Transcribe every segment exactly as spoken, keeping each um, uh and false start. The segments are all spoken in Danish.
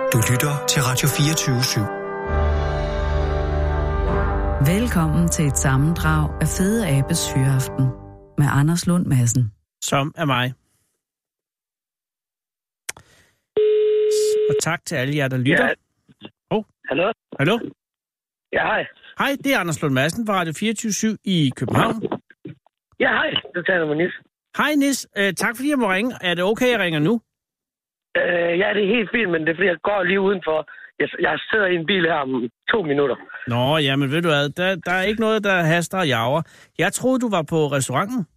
Du lytter til Radio fireogtyve syv. Velkommen til et sammendrag af Fede Abes Hyreaften med Anders Lund Madsen. Som er mig. Og tak til alle jer, der lytter. Ja. Oh. Hallo? Hallo? Ja, hej. Hej, det er Anders Lund Madsen fra Radio fireogtyve syv i København. Ja, hej. Du taler med Nis. Hej Nis, uh, tak fordi jeg må ringe. Er det okay, jeg ringer nu? Uh, ja, det er helt fint, men det er fordi, jeg går lige udenfor. Jeg, jeg sidder i en bil her om to minutter. Nå, jamen ved du hvad, der, der er ikke noget, der haster og jager. Jeg troede, du var på restauranten.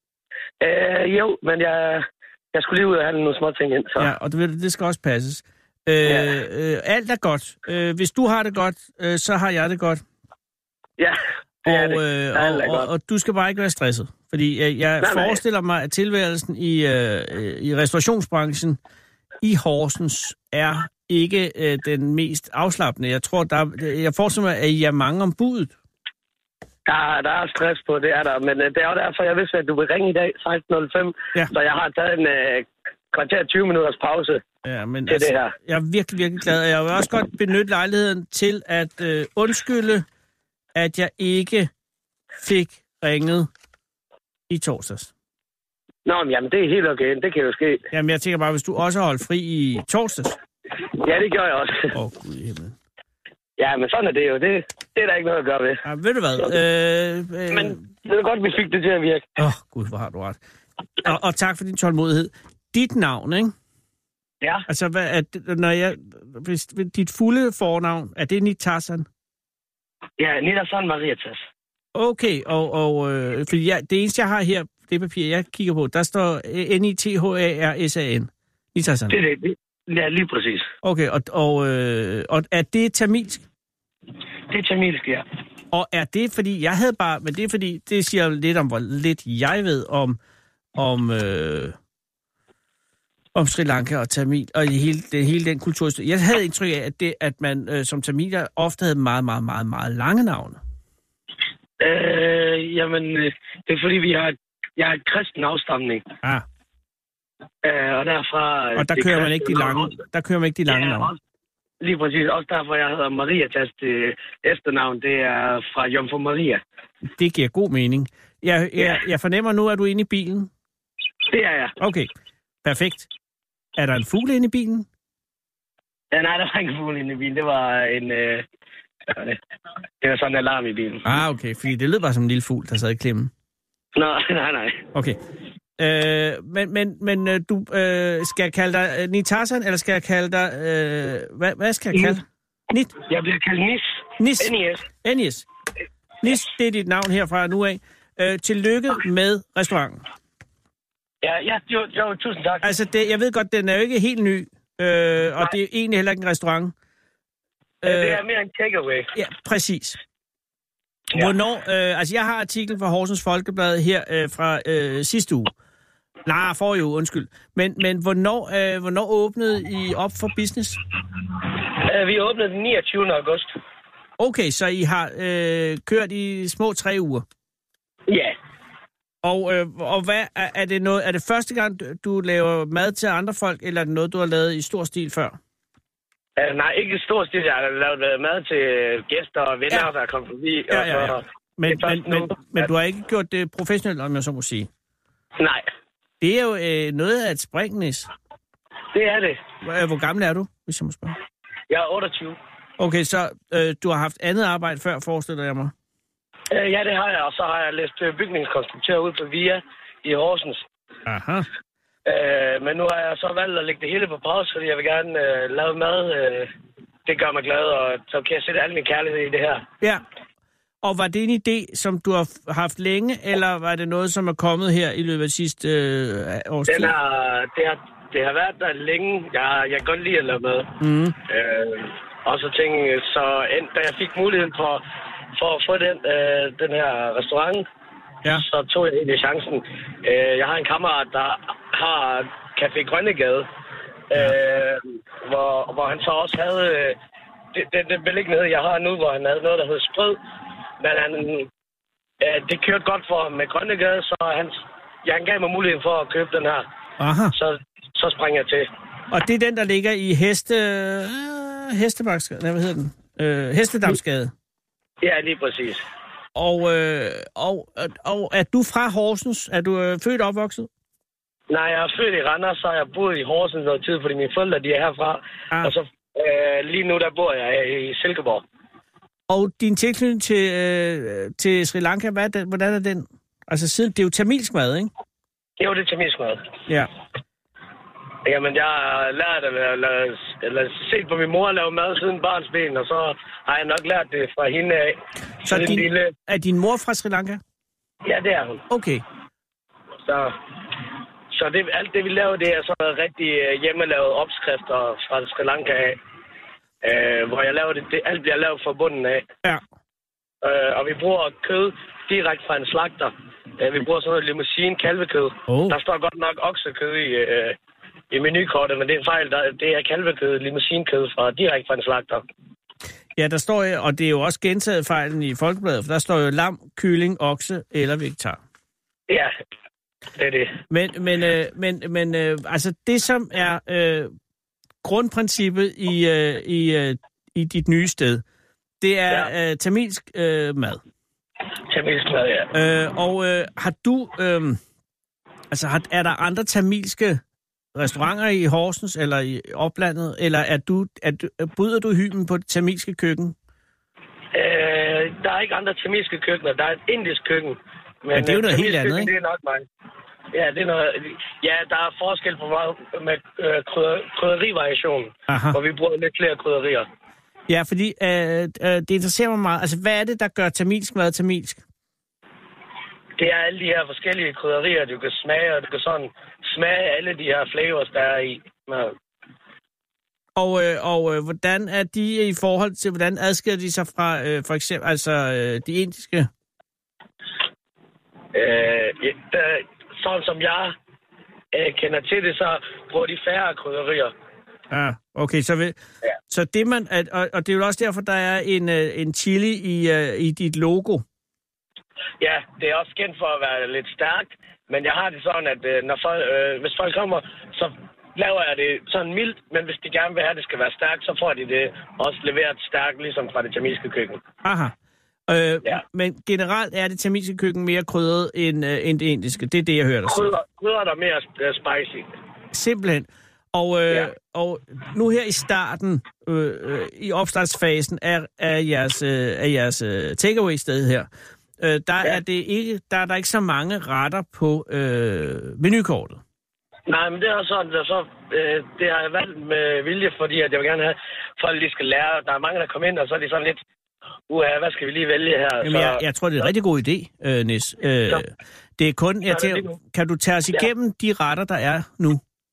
Uh, jo, men jeg, jeg skulle lige ud og have nogle små ting ind. Så. Ja, og det, det skal også passes. Øh, Ja. øh, alt er godt. Øh, hvis du har det godt, øh, så har jeg det godt. Ja, det er Og, det. øh, Alt er og, og, godt. og du skal bare ikke være stresset. Fordi jeg, jeg Nej, nej. forestiller mig, at tilværelsen i, øh, i restaurationsbranchen i Horsens er ikke øh, den mest afslappende. Jeg tror, der, jeg forestiller mig, at I er mange om budet. Der, der er stress på, det er der. Men uh, det er jo derfor, jeg vidste, at du vil ringe i dag seksten nul fem. Ja. Så jeg har taget en uh, kvarter tyve minutters pause. Ja, men Det er altså, det her. jeg er virkelig, virkelig glad. Og jeg vil også godt benytte lejligheden til at øh, undskylde, at jeg ikke fik ringet i torsdags. Nå, men jamen, det er helt okay. Det kan jo ske. Jamen, jeg tænker bare, hvis du også har holdt fri i torsdags. Ja, det gør jeg også. Åh, oh, gud i himlen. Ja, men sådan er det jo. Det, det er der ikke noget at gøre ved. Ja, ved du hvad? Øh, øh, Men det er godt, vi fik det til at virke. Åh, oh, gud, hvor har du ret. Og, og tak for din tålmodighed. Dit navn, ikke? Ja. Altså, hvad er det, når jeg... Hvis, dit fulde fornavn, er det Nitasan? Ja, Nitasan Mariatas. Okay, og, og øh, fordi jeg, det eneste, jeg har her, det papir, jeg kigger på, der står N I T H A R S A N. Nitasan. Det er det. det. Ja, lige præcis. Okay, og, og, øh, og er det tamilsk? Det er tamilsk, ja. Og er det, fordi jeg havde bare... Men det er, fordi det siger lidt om, hvor lidt jeg ved om... om øh, om Sri Lanka og Tamil, og hele, det, hele den kultur. Jeg havde indtryk af, at, det, at man øh, som tamiler ofte havde meget, meget, meget, meget lange navne. Øh, jamen, øh, det er fordi, vi har... Jeg har et kristen afstamning. Ah, Øh, og derfra... øh, og der det kører, man kristne ikke de lange, navn. der kører man ikke de lange Ja, navne. også, lige præcis. Også derfor, jeg hedder Mariatas. Det efternavn, det er fra Jomfru Maria. Det giver god mening. Jeg, jeg, jeg fornemmer nu, at du er inde i bilen. Det er jeg. Okay, perfekt. Er der en fugl inde i bilen? Ja, nej, der var ikke fugl inde i bilen. Det var en... Øh, det var sådan en alarm i bilen. Ah, okay, fordi det lød bare som en lille fugl, der sad i klemmen. Nå, nej, nej. Okay. Øh, men men, men øh, du, øh, skal jeg kalde dig øh, Nitasan, eller skal jeg kalde dig... Øh, hvad, hvad skal jeg kalde? Nit? Jeg bliver kaldt Nis. Nis. N I S. Nis. Nis, det er dit navn herfra nu af. Øh, tillykke med restauranten. Ja, ja, jo, jo, tusind tak. Altså, det, jeg ved godt, den er jo ikke helt ny, øh, og det er egentlig heller ikke en restaurant. Øh, det er mere en takeaway. Ja, præcis. Ja. Hvornår, øh, altså jeg har artikel fra Horsens Folkeblad her øh, fra øh, sidste uge. Nej, forrige uge, undskyld. Men, men hvornår, øh, hvornår åbnede I op for business? Uh, vi åbnede den niogtyvende august. Okay, så I har øh, kørt i små tre uger. Ja. Og, øh, og hvad, er, er, det noget, er det første gang, du laver mad til andre folk, eller er det noget, du har lavet i stor stil før? Uh, nej, ikke i stor stil. Jeg har lavet mad til gæster og venner, Ja. der er kommet forbi. Ja, ja, ja. Og så, Men, det er først men, men, nu, men at- du har ikke gjort det professionelt, om jeg så må sige. Nej, Det er jo øh, noget af et spring, Nis. det er det. Hvor, hvor gammel er du, hvis jeg må spørge? Jeg er otteogtyve. Okay, så øh, du har haft andet arbejde før, forestiller jeg mig? Uh, ja, det har jeg. Og så har jeg læst øh, bygningskonstruktør ud på V I A i Horsens. Aha. Uh, men nu har jeg så valgt at lægge det hele på pause, fordi jeg vil gerne uh, lave mad. Uh, det gør mig glad, og så kan jeg sætte al min kærlighed i det her. Ja. Og var det en idé, som du har f- haft længe, eller var det noget, som er kommet her i løbet af sidste øh, års tid? Den har, det, har, det har været der længe. Jeg, jeg kan godt lide at lave mad. Mm. Øh, og så tænkte jeg, så end, da jeg fik muligheden for, for at få den, øh, den her restaurant, Ja. så tog jeg egentlig chancen. Øh, jeg har en kammerat, der har Café Grønnegade, ja. øh, hvor, hvor han så også havde øh, den, den, den beliggenhed, jeg har nu, hvor han havde noget, der hed Sprød. Men han, øh, det kørte godt for ham med Grønnegade, så han, ja, han gav mig muligheden for at købe den her. Aha. Så, så sprang jeg til. Og det er den, der ligger i Heste... Øh, Hestemarksgade. Nej, hvad hedder den? Øh, Hestedamsgade. Ja, lige præcis. Og, øh, og, og er du fra Horsens? Er du øh, født og opvokset? Nej, jeg er født i Randers, så har jeg boet i Horsens noget tid, fordi mine forældre de er herfra. Ah. Og så øh, lige nu, der bor jeg i Silkeborg. Og din tilknytning til, øh, til Sri Lanka, hvad er den, hvordan er den? Altså siden, det er jo tamilsk mad, ikke? Jo, det er tamilsk mad. Ja. Jamen, jeg har lært at eller, eller set på min mor lave mad siden barnsben, og så har jeg nok lært det fra hende af. Så, så din, lille... er din mor fra Sri Lanka? Ja, det er hun. Okay. Så, så det, alt det, vi laver, det er sådan noget rigtig hjemmelavet opskrifter fra Sri Lanka af. Øh, hvor jeg laver det, det, alt bliver lavet fra bunden af. Ja. Øh, og vi bruger kød direkte fra en slagter. Øh, vi bruger sådan noget limousine kalvekød. Oh. Der står godt nok oksekød i, øh, i menukortet, men det er en fejl. Der, det er kalvekød, limousinekød fra direkte fra en slagter. Ja, der står, og det er jo også gentaget fejlen i Folkebladet, for der står jo lam, kylling, okse eller vegetar. Ja, det er det. Men, men, øh, men, men øh, altså det, som er øh, grundprincippet i, øh, i, øh, i dit nye sted, det er ja. øh, tamilsk øh, mad. Tamilsk mad, ja. Øh, og øh, har du, øh, altså har, er der andre tamilske restauranter i Horsens eller i oplandet, eller er du, er du, bryder du hymen på det tamilske køkken? Øh, der er ikke andre tamilske køkkener, der er et indisk køkken. Men, men det er jo noget helt andet, ikke? Det er nok mig. Ja, det er noget, ja, der er forskel på meget med øh, krydder, krydderivariation, Aha. hvor vi bruger lidt flere krydderier. Ja, fordi øh, øh, det interesserer mig meget. Altså, hvad er det, der gør tamilsk mad tamilsk? Det er alle de her forskellige krydderier, du kan smage, og du kan sådan smage alle de her flavors, der er i maden. Og, øh, og øh, hvordan er de i forhold til, hvordan adskiller de sig fra øh, for eksempel, altså øh, de indiske? Øh, ja, der, sådan som jeg øh, kender til det, så bruger de færre krydderier. Ja, okay, så, vil, ja. så det man, at, og, og det er jo også derfor, der er en, øh, en chili i, øh, i dit logo. Ja, det er også kendt for at være lidt stærkt, men jeg har det sådan, at øh, når folk, øh, hvis folk kommer, så laver jeg det sådan mildt, men hvis de gerne vil have, at det skal være stærkt, så får de det også leveret stærkt, ligesom fra det tamilske køkken. Aha. Øh, ja. Men generelt er det tamilske køkken mere krydret end, øh, end det indiske. Det er det, jeg hørte dig sige. Krydret, krydret er mere uh, spicy. Simpelthen. Og, øh, ja. og nu her i starten, øh, øh, i opstartsfasen af, af jeres, øh, af jeres øh, takeaway-sted her, øh, der, ja. er det ikke, der er der ikke så mange retter på øh, menukortet. Nej, men det er sådan, det, er så, øh, det har jeg valgt med vilje, fordi at jeg vil gerne have, folk de skal lære. Der er mange, der kommer ind, og så er de sådan lidt, uha, hvad skal vi lige vælge her? Jamen, så, jeg, jeg tror, det er en rigtig god idé, øh, Nis. Øh, det er kun, jeg tænker, kan du tage os igennem ja. de retter, der er nu?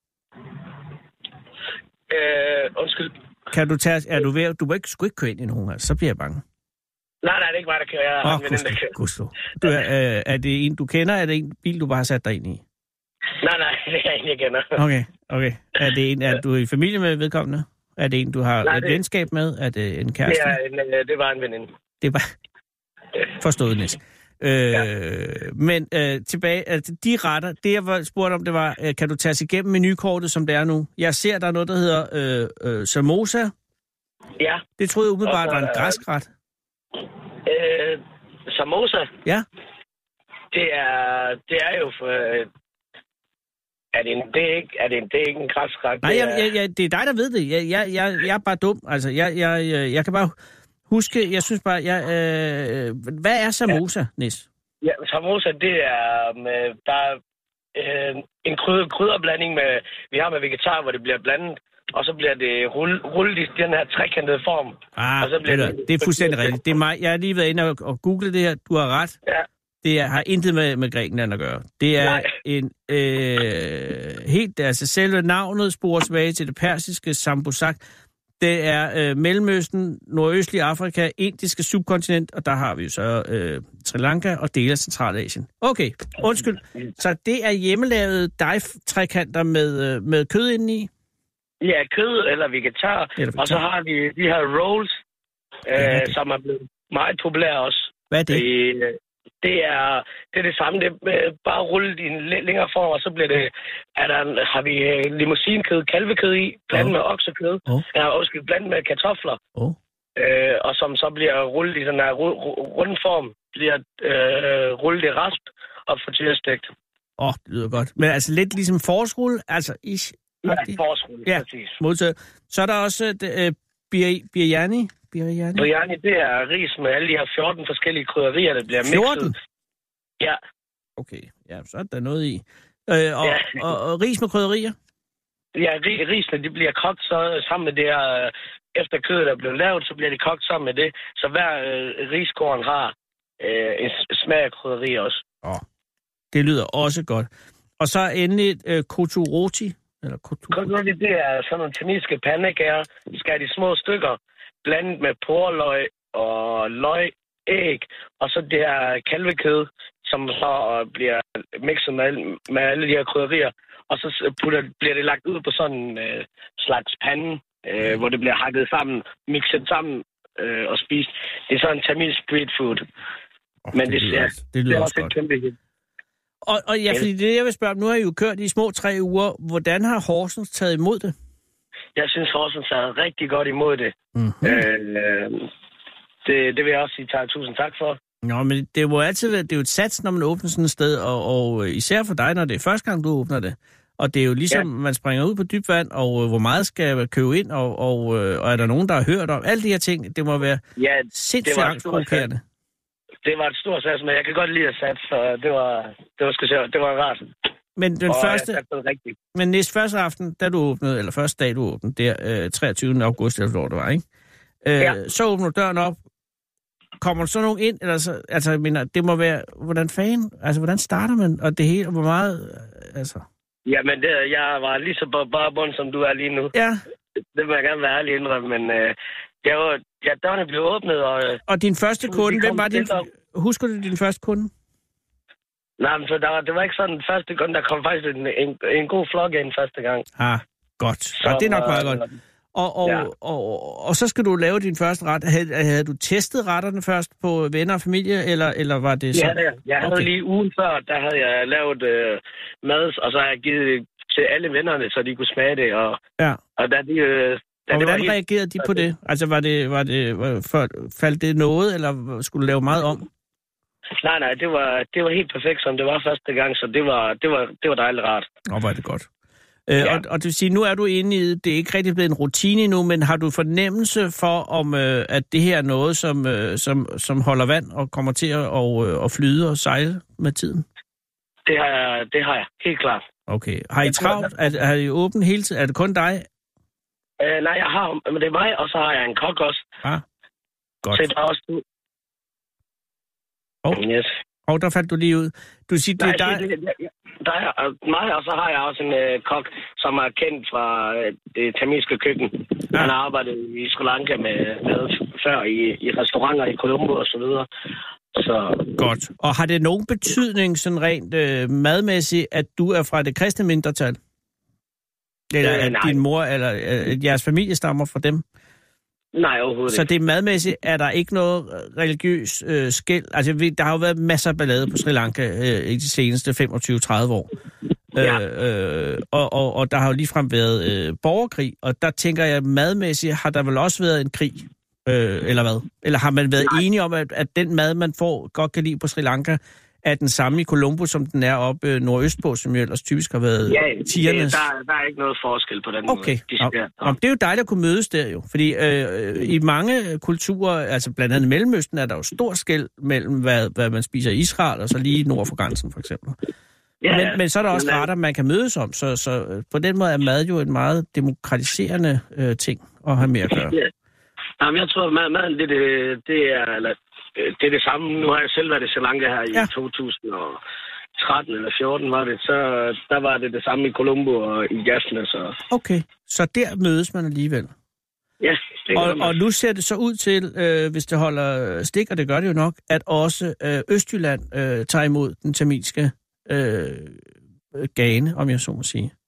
Øh, undskyld. Kan du tage, er du ved, du må ikke, sgu ikke køre ind i nogen, altså, så bliver jeg bange. Nej, nej, det er ikke mig, der kører. Jeg Åh, oh, Gustav. Du er, øh, er det en, du kender, eller er det en bil, du bare har sat dig ind i? Nej, nej, det er en, jeg kender. Okay, okay. Er det en, er du i familie med vedkommende? Er det en, du har nej, et det... venskab med? Er det en kæreste? Det, er en, det var en veninde. Det var forstået, Nis. Øh, ja. Men øh, tilbage, altså, de retter, det jeg var spurgt om, det var, øh, kan du tage sig igennem menukortet, som det er nu? Jeg ser, der er noget, der hedder øh, øh, samosa. Ja. Det troede jeg umiddelbart var en græsk ret. Øh, samosa? Ja. Det er, det er jo for... Øh, er det, en, det, er ikke, er det, en, det er ikke en græsk ret? Nej, jeg, jeg, jeg, det er dig, der ved det. Jeg, jeg, jeg, jeg er bare dum. Altså, jeg, jeg, jeg, jeg kan bare huske, jeg synes bare, jeg, øh, hvad er samosa, ja. Nis? Ja, samosa, det er, med, der er øh, en krydder, krydderblanding, med, vi har med vegetar, hvor det bliver blandet, og så bliver det rullet, rullet i den her trekantede form. Ah, og så bliver det, det, det er fuldstændig rigtigt. Det er mig. Jeg har lige været inde og, og googlet det her. Du har ret. Ja. Det er, har intet med, med Grækenland at gøre. Det er Nej. en øh, helt, altså selve navnet sporer tilbage til det persiske sambusak. Det er øh, Mellemøsten, nordøstlig Afrika, indiske subkontinent, og der har vi jo så øh, Sri Lanka og dele af Centralasien. Okay, undskyld. Så det er hjemmelavet dej-trekanter med, øh, med kød indeni? Ja, kød eller vegetar. eller vegetar. Og så har vi de her rolls, øh, som er blevet meget populære også. Hvad er det? I, Det er, det er det samme. Det er bare rulle i en lidt længere form, og så bliver det, er der, har vi limousinekød, kalvekød i, blandet oh. med oksekød. Oh. Ja, og skal blandet med kartofler. Oh. Øh, og som så bliver rullet i den her runde form, bliver øh, rullet i rasp og frityrestegt. Åh, oh, det lyder godt. Men altså lidt ligesom forårsrulle, altså is. Ja, forårsrulle, ja, præcis. Modtaget. Så er der også øh, biryani. Biryani. Biryani, det er ris med alle de her fjorten forskellige krydderier, der bliver fjorten? Mixet. Ja. Okay, ja, så er der noget i. Øh, og, ja. og, og, og ris med krydderier? Ja, risene, de bliver kogt så sammen med det her, efter kødet er blevet lavet, så bliver de kogt sammen med det. Så hver øh, riskorn har øh, en smag af krydderi også. Åh, oh, det lyder også godt. Og så endelig øh, koturoti. Eller koturoti, det er sådan nogle tamilske pandekager. De skal have de små stykker, blandet med porløg og løg, æg, og så det her kalvekød, som så bliver mixet med, med alle de her krydderier. Og så putter, bliver det lagt ud på sådan en øh, slags pande, øh, hvor det bliver hakket sammen, mixet sammen øh, og spist. Det er sådan en tamil street food. Oh, Men det, det, lyder, det, det lyder det er også godt. Et kæmpe hit. Og, og ja, fordi det jeg vil spørge, nu har I jo kørt i små tre uger. Hvordan har Horsens taget imod det? Jeg synes, Horsens har rigtig godt imod det. Mm-hmm. Øh, det. Det vil jeg også sige tak, tusind tak for. Nå, men det må altid være, det er jo et sats, når man åbner sådan et sted, og, og især for dig, når det er første gang, du åbner det. Og det er jo ligesom, ja. Man springer ud på dybt vand, og øh, hvor meget skal man købe ind, og, og, øh, og er der nogen, der har hørt om alle de her ting? Det må være ja, sindssygt angstprovokerende. Det var et stort sats, men jeg kan godt lide at satse, så det var, det var, sgu, det var rart. Men den og første, men næste første aften, da du åbnede, eller første dag, du åbnede, der øh, treogtyvende august, eller hvor det var, ikke? Øh, ja. Så åbner du døren op. Kommer der så nogen ind? Eller så, altså, jeg mener, det må være, hvordan fanden, altså, hvordan starter man, og det hele, og hvor meget, altså... Jamen, det, jeg var lige så bare bund, som du er lige nu. Ja. Det vil jeg gerne være ærlig indrømme, men øh, jeg var, ja, dørene blev åbnet, og... Og din første kunde, hvem var din... Husker du din første kunde? Nej, men så der var, det var ikke sådan den første kunde, der kom faktisk en, en, en god flok ind første gang. Ah, godt. Så, ja, det er nok meget godt. Og, og, ja. og, og, og så skal du lave din første ret. Havde, havde du testet retterne først på venner og familie, eller, eller var det så? Ja, det, jeg havde okay. lige ugen før, der havde jeg lavet øh, mad, og så har jeg givet det til alle vennerne, så de kunne smage det. Og, ja. og, da de, øh, da og det hvordan helt, reagerede de på det? Altså, var det, var det, var, for, faldt det noget, eller skulle du lave meget om? Nej, nej, det var, det var helt perfekt, som det var første gang, så det var, det var, det var dejligt rart. Og var det godt. Øh, ja. og, og det vil sige, nu er du inde i, det er ikke rigtig blevet en rutine endnu, men har du fornemmelse for, om øh, at det her er noget, som, øh, som, som holder vand og kommer til at og, øh, og flyde og sejle med tiden? Det har jeg, det har jeg helt klart. Okay. Har I travlt? Er, er I åbent hele tiden? Er det kun dig? Øh, nej, jeg har, men det er mig, og så har jeg en kok også. Ah, godt. Så der er også du. Oh. Yes. Og der faldt du lige ud. Du siger, det er dig... Det, det, det, der er mig, og så har jeg også en øh, kok, som er kendt fra øh, det tamilske køkken. Ja. Han har arbejdet i Sri Lanka med, med før i, i restauranter i Colombo og så videre. Så... Godt. Og har det nogen betydning sådan rent øh, madmæssigt, at du er fra det kristne mindretal? Eller øh, at din mor eller øh, jeres familie stammer fra dem? Nej, overhovedet Så ikke. det madmæssigt, er der ikke noget religiøs øh, skæld? Altså, vi, der har jo været masser af ballade på Sri Lanka øh, i de seneste femogtyve til tredive år. Ja. Øh, øh, og, og, og der har jo ligefrem været øh, borgerkrig, og der tænker jeg, madmæssigt har der vel også været en krig, øh, eller hvad? Eller har man været Nej. enige om, at, at den mad, man får godt kan lide på Sri Lanka, er den samme i Colombo, som den er oppe øh, nordøstpå, som jo ellers typisk har været ja, tigernes? Ja, der, der er ikke noget forskel på den okay. måde. De og, og det er jo dejligt at kunne mødes der jo, fordi øh, i mange kulturer, altså blandt andet Mellemøsten, er der jo stor skel mellem, hvad, hvad man spiser i Israel, og så lige nord for grænsen, for eksempel. Ja, men, men så er der også retter, man kan mødes om, så, så på den måde er mad jo en meget demokratiserende øh, ting at have mere at gøre. Ja. Jamen, jeg tror, at maden, det, det, det er... Eller, det er det samme. Nu har jeg selv været i Sri Lanka her i ja. to tusind og tretten eller fjorten var det. Så der var det det samme i Colombo og i Jaffna. Så. Okay, så der mødes man alligevel? Ja. Det og, og nu ser det så ud til, øh, hvis det holder stik, og det gør det jo nok, at også øh, Østjylland øh, tager imod den tamilske øh, gane, om jeg så må sige.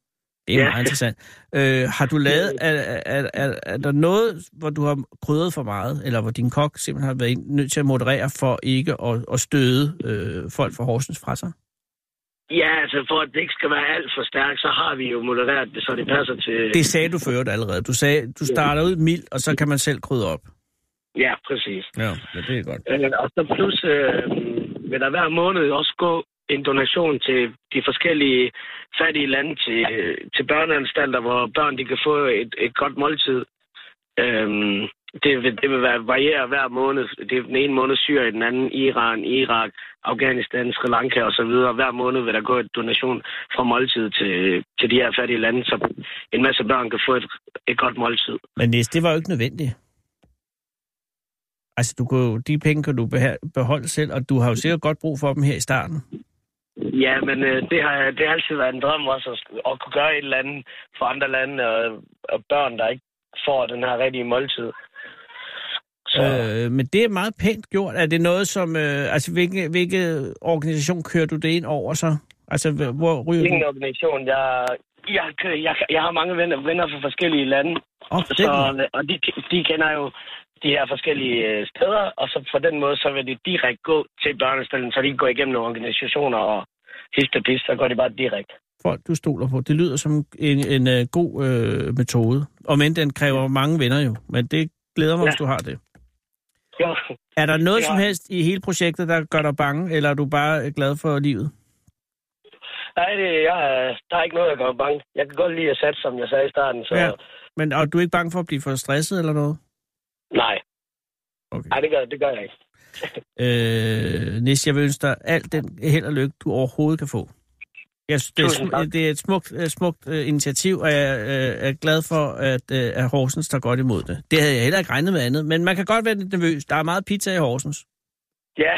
Det er Ja. meget interessant. Øh, har du lavet, er, er, er, er der noget, hvor du har krydret for meget, eller hvor din kok simpelthen har været nødt til at moderere for ikke at, at støde øh, folk fra Horsens fra sig? Ja, altså for at det ikke skal være alt for stærkt, så har vi jo modereret det, så det passer til... Det sagde du før allerede. Du sagde, du starter ud mildt, og så kan man selv krydre op. Ja, præcis. Ja, ja det er godt. Øh, og så plus øh, vil der hver måned også gå en donation til de forskellige fattige lande, til, til børneanstalter, hvor børn de kan få et, et godt måltid. Øhm, det, vil, det vil være variere hver måned. Det er den ene måned Syrien, den anden Iran, Irak, Afghanistan, Sri Lanka osv. Hver måned vil der gå et donation fra måltid til, til de her fattige lande, så en masse børn kan få et, et godt måltid. Men Nis, det var jo ikke nødvendigt. Altså, du kunne, de penge kan du beholde selv, og du har jo sikkert godt brug for dem her i starten. Ja, men øh, det, har, det har altid været en drøm også, at, at kunne gøre et eller andet for andre lande og, og børn, der ikke får den her rigtige måltid. Så. Øh, men det er meget pænt gjort. Er det noget som... Øh, altså, hvilke, hvilke organisation kører du det ind over så? Altså, hvor ryger Ingen du? organisation. Jeg, jeg, jeg, jeg har mange venner, venner fra forskellige lande. Oh, så, og de, de kender jo de her forskellige steder, og så på den måde, så vil de direkte gå til børnestillen, så de kan gå igennem nogle organisationer og hist og pis, så går de bare direkte. Folk, du stoler på. Det lyder som en, en, en god øh, metode. Og men den kræver mange venner jo, men det glæder mig, ja. Hvis du har det. Jo. Er der noget ja. som helst i hele projektet, der gør dig bange, eller er du bare glad for livet? Nej, det, jeg, der er ikke noget, der gør mig bange. Jeg kan godt lide at satse, som jeg sagde i starten. Så... Ja. Men og du er ikke bange for at blive for stresset eller noget? Nej. Okay. Nej, det gør, det gør jeg ikke. øh, Nis, jeg vil ønske dig alt den held og lykke, du overhovedet kan få. Jeg synes, det, er, det er et smukt, smukt uh, initiativ, og jeg uh, er glad for, at, uh, at Horsens tager godt imod det. Det havde jeg heller ikke regnet med andet, men man kan godt være lidt nervøs. Der er meget pizza i Horsens. Ja.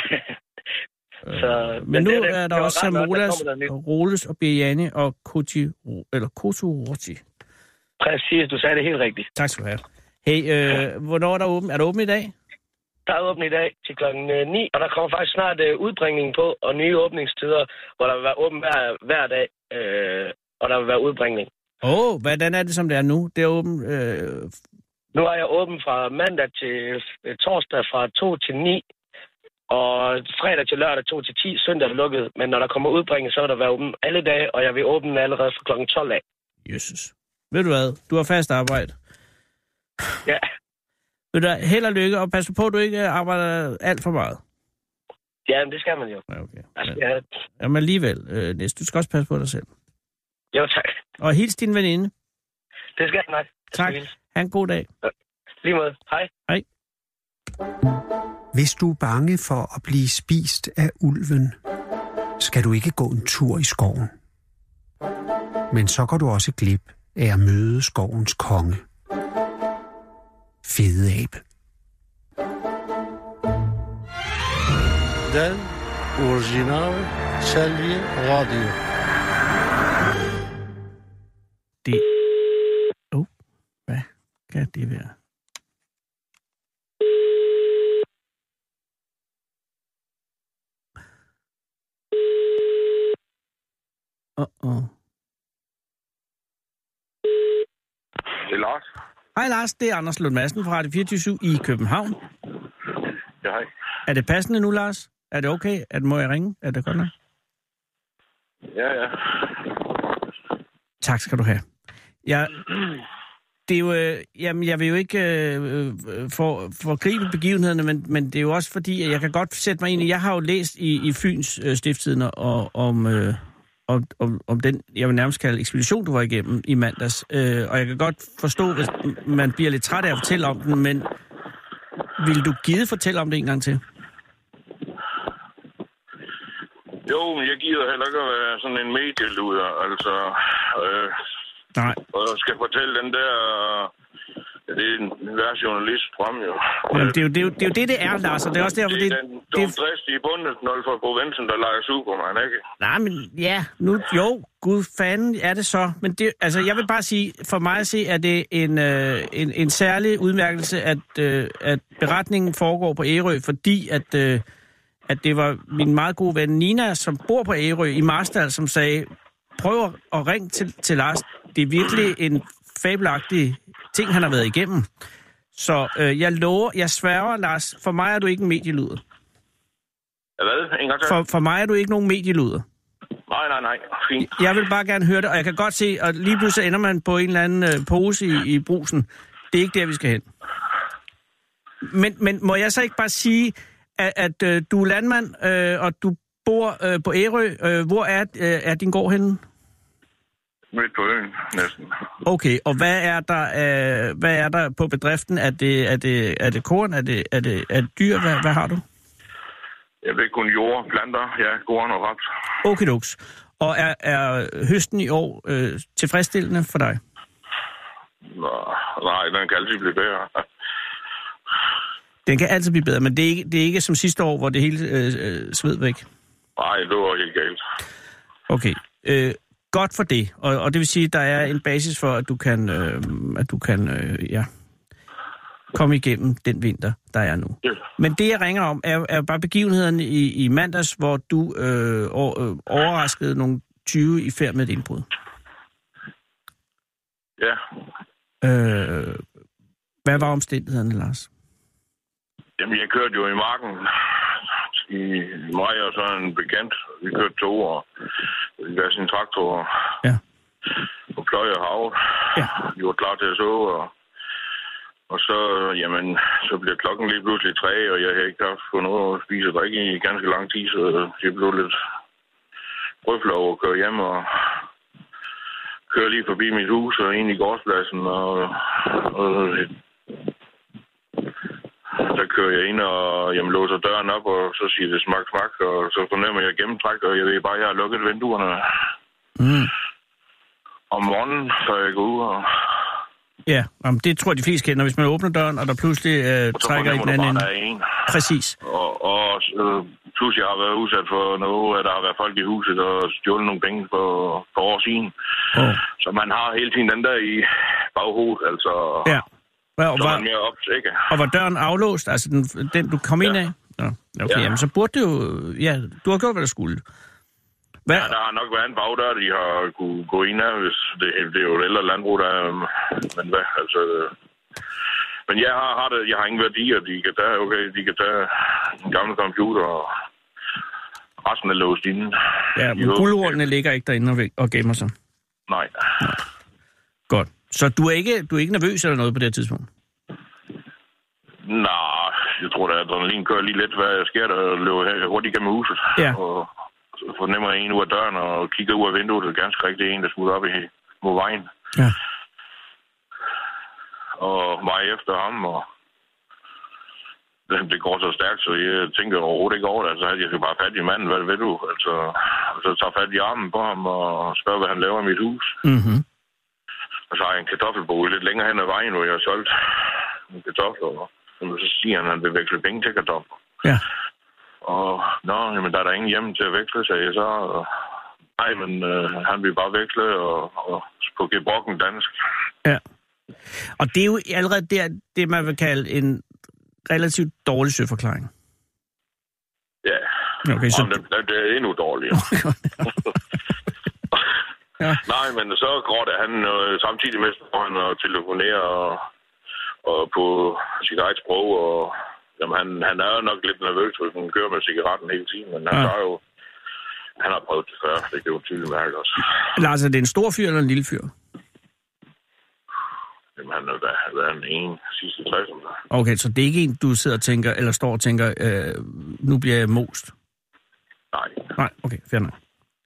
Så, men, men nu det, det, er der også Samolas, Roles og Biryani og Koti, eller Kotoroti. Præcis, du sagde det helt rigtigt. Tak skal du have. Hey, øh, hvornår er der åben? Er der åben i dag? Der er åbent i dag til klokken ni, og der kommer faktisk snart uh, udbringning på, og nye åbningstider, hvor der vil være åben hver, hver dag, øh, og der vil være udbringning. Åh, oh, hvordan er det, som det er nu? Det er åben... Øh... Nu er jeg åben fra mandag til øh, torsdag fra to til ni, og fredag til lørdag to til ti, søndag er lukket. Men når der kommer udbringning, så vil der være åben alle dage, og jeg vil åbne allerede fra klokken tolv af. Jesus. Ved du hvad? Du har fast arbejde. Ja. Ved du, held og lykke, og pas på, at du ikke arbejder alt for meget. Ja, men det skal man jo. Ja, okay. Altså, ja. Ja. Jamen alligevel, øh, Nis, du skal også passe på dig selv. Jo, tak. Og hils din veninde. Det skal jeg nok. Tak. Ha' en god dag. Ja. Lige måde. Hej. Hej. Hvis du er bange for at blive spist af ulven, skal du ikke gå en tur i skoven. Men så går du også glip af at møde skovens konge. Fede abe. Den originale Selvi Radio. Det... Oh, hvad kan det være? Uh-oh. Det er Lars. Hej Lars, det er Anders Lund Madsen fra Radio fireogtyve syv i København. Ja, hej. Er det passende nu, Lars? Er det okay? At må jeg ringe? Er det godt nok? Ja, ja. Tak skal du have. Jeg, det er jo, øh, jamen, jeg vil jo ikke øh, for, forgribe begivenhederne, men, men det er jo også fordi, at jeg kan godt sætte mig ind i... Jeg har jo læst i, i Fyns øh, Stiftstidende og, om... Øh, Om, om, om den, jeg vil nærmest kalde ekspedition, du var igennem i mandags. Øh, og jeg kan godt forstå, hvis man bliver lidt træt af at fortælle om den, men vil du gide fortælle om det en gang til? Jo, men jeg gider heller ikke at være sådan en medieluder, altså. Øh, Nej. Og jeg skal fortælle den der... Ja, det er en værre journalistdrøm, jo. Jamen, det, er jo, det, er jo, det er jo det, det er, Lars, og det er også derfor... Det er det, den det, dumdristige bundesnøl fra provinsen, der leger Superman, ikke? Nej, men ja, nu... Jo, gud fanden er det så. Men det, altså, jeg vil bare sige, for mig at se, at det en, øh, en, en særlig udmærkelse, at, øh, at beretningen foregår på Ærø, fordi at, øh, at det var min meget gode ven Nina, som bor på Ærø i Marstal, som sagde, prøv at ringe til, til Lars. Det er virkelig en fabelagtig ting, han har været igennem. Så øh, jeg lover, jeg sværger, Lars, for mig er du ikke en medieluder. Hvad? En gang til? For, for mig er du ikke nogen medieluder. Nej, nej, nej. Fint. Jeg vil bare gerne høre det, og jeg kan godt se, at lige pludselig ender man på en eller anden øh, pose i, i brusen. Det er ikke der, vi skal hen. Men, men må jeg så ikke bare sige, at, at øh, du er landmand, øh, og du bor øh, på Ærø. Øh, hvor er, øh, er din gård henne? Midt på øen, næsten. Okay, og hvad er der, øh, hvad er der på bedriften? Er det, er det, er det korn? Er det, er det, er det dyr? Hvad, hvad har du? Jeg ved kun jord, planter, ja, korn og raps. Okidoks. Og er, er høsten i år øh, tilfredsstillende for dig? Nå, nej, den kan altid blive bedre. Den kan altid blive bedre, men det er ikke, det er ikke som sidste år, hvor det hele øh, sved væk? Nej, det var helt galt. Okay. Øh, godt for det. Og, og det vil sige, at der er en basis for, at du kan, øh, at du kan øh, ja, komme igennem den vinter, der er nu. Ja. Men det, jeg ringer om, er, er bare begivenheden i, i mandags, hvor du øh, over, overraskede nogle tyve i færd med et indbrud. Ja. Øh, hvad var omstændighederne, Lars? Jamen, jeg kørte jo i marken i mig og så en bekendt. Vi kørte to år. Vi var sin traktor. Ja. Og pløjede havet. Ja. Vi var klar til at sove. Og, og så, jamen, så blev klokken lige pludselig tre, og jeg havde ikke haft fået noget at spise og drikke i ganske lang tid, så jeg blev lidt røflet over at køre hjem og køre lige forbi mit hus og ind i gårdspladsen. Og, og der kører jeg ind og jamen, låser døren op, og så siger det smak, smak, og så fornemmer jeg gennemtræk, og jeg ved bare, at jeg har lukket vinduerne. Mm. Om morgenen, så jeg går ud og... Ja, jamen, det tror jeg, de fleste kender. Hvis man åbner døren, og der pludselig øh, trækker i den anden en. Præcis. Og, og øh, pludselig har jeg været udsat for noget, at der har været folk i huset og stjålet nogle penge for, for år siden. Oh. Så man har hele tiden den der i baghovedet, altså... Ja. Ja, og, så var, man mere optække. Og var døren aflåst, altså den, den du kom ja. ind af? Nå, okay, ja. Jamen så burde det jo... Ja, du har gjort, hvad der skulle. Hvad? Ja, der har nok været en bagdør, de har kunne gå ind af, hvis det, det er jo et ældre landbrug, der er... Men hvad, altså... Men jeg har, har det, jeg har ingen værdier, de kan tage, okay, de kan tage en gammel computer, og resten er låst inde. Ja, men guldordene ligger ikke derinde og, og gemmer sig? Nej. Nej. Godt. Så du er ikke, du er ikke nervøs eller noget på det tidspunkt? Nej, jeg tror, at adrenalin kører lige lidt, hvad sker der, løber hurtigt gennem huset. Ja. Og så fornemmer jeg en ud af døren og kigger ud af vinduet, det er ganske rigtigt en, der smutter op i, mod vejen. Ja. Og mig efter ham, og det går så stærkt, så jeg tænker overhovedet ikke over det. Altså, jeg skal bare fat i manden, hvad ved du? Altså, så tager fat i armen på ham og spørger, hvad han laver i mit hus. Mhm. Og så har jeg en kartoffelbog lidt længere hen ad vejen, hvor jeg har solgt en kartofler. Og så siger han, at han vil veksle penge til kartofler. Ja. Og nå, jamen, der er der ingen hjemme til at veksle, sagde jeg så. Og, nej, men øh, han vil bare veksle og, og på gebrokken dansk. Ja. Og det er jo allerede der, det man vil kalde en relativt dårlig søforklaring. Ja. Okay, så... det, det er endnu dårligere. Ja. Nej, men så går det han øh, samtidig med, at han øh, telefonerer og, og på sit eget sprog, og jamen, han, han er jo nok lidt nervøs, hvis han kører med cigaretten hele tiden, men han, ja. har jo, han har prøvet det før, det kan jo tydeligt mærke også. Lars, er det en stor fyr eller en lille fyr? Jamen, han har været en en sidste tresserne. Okay, så det er ikke en, du sidder og tænker, eller står og tænker, øh, nu bliver jeg most? Nej. Nej, okay, fair nok.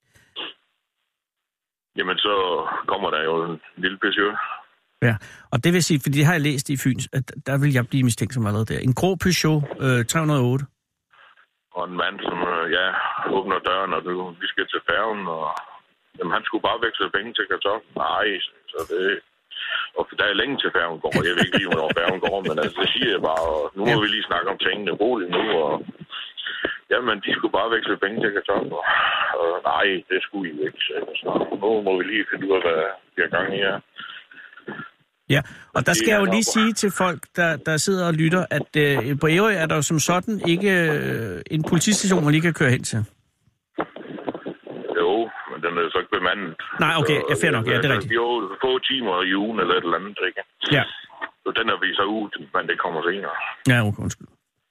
Jamen, så kommer der jo en lille Peugeot. Ja, og det vil sige, fordi det har jeg læst i Fyns, at der vil jeg blive mistænkt som allerede der. En grå Peugeot øh, tre nul otte. Og en mand, som ja, åbner døren, og du, vi skal til færgen, og jamen, han skulle bare veksle penge til kartoflen. Nej, så det... Og der er længe til færgen går. Jeg ved ikke lige, hvornår færgen går, men altså, det siger jeg bare, og nu må ja. vi lige snakke om tingene roligt nu, og jamen, de skulle bare veksle penge til kartofler. Og nej, det skulle I ikke. Så nu må vi lige finde ud af, hvad vi har gang i her. Ja, og der skal jeg jo lige sige til folk, der, der sidder og lytter, at øh, på Ærø er der jo som sådan ikke øh, en politistation, man lige kan køre hen til. Jo, men den er så ikke manden. Nej, okay, ja, fair nok, ja, det er rigtigt. Det er jo få timer i ugen eller et eller andet, ikke? Ja. Så den er vi så ud, men det kommer senere. Ja, okay, undskyld.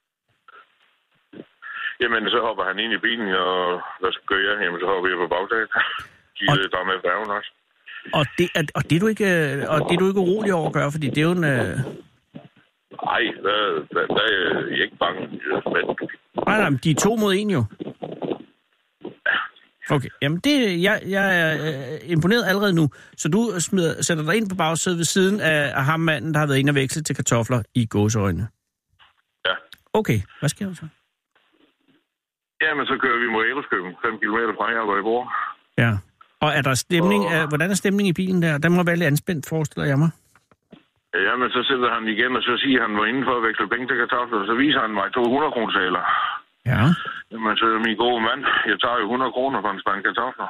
Jamen, så hopper han ind i bilen, og hvad skal gøre jeg? Jamen, så hopper jeg på bagtaget. De og... der med færgen også. Og det, er, og, det er du ikke, og det er du ikke urolig over at gøre, fordi det er jo en... Øh... Nej, der, der, der er jeg ikke bange. Men... Nej, nej, men de er to mod en jo. Okay, jamen det, jeg, jeg er øh, imponeret allerede nu. Så du smider, sætter dig ind på bagsædet ved siden af, af ham manden, der har været inde og veksle til kartofler i gåseøjne. Ja. Okay, hvad sker der så? Jamen, så kører vi mod Æreskøben, fem kilometer fra her, hvor jeg bor. Ja. Og er der stemning, og... øh, hvordan er stemningen i bilen der? Den må være lidt anspændt, forestiller jeg mig. Jamen, så sidder han igen, og så siger han, var inden for at veksle penge til kartofler, så viser han mig to hundrede kroner sæler. Ja. Jamen, så min gode mand, jeg tager jo hundrede kroner for en spand kartofler.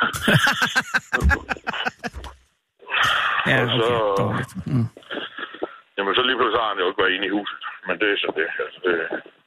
Ja, og så, okay, dårligt. Mm. Jamen, så lige pludselig har han jo ikke været inde i huset. Men det er så det. Altså, det...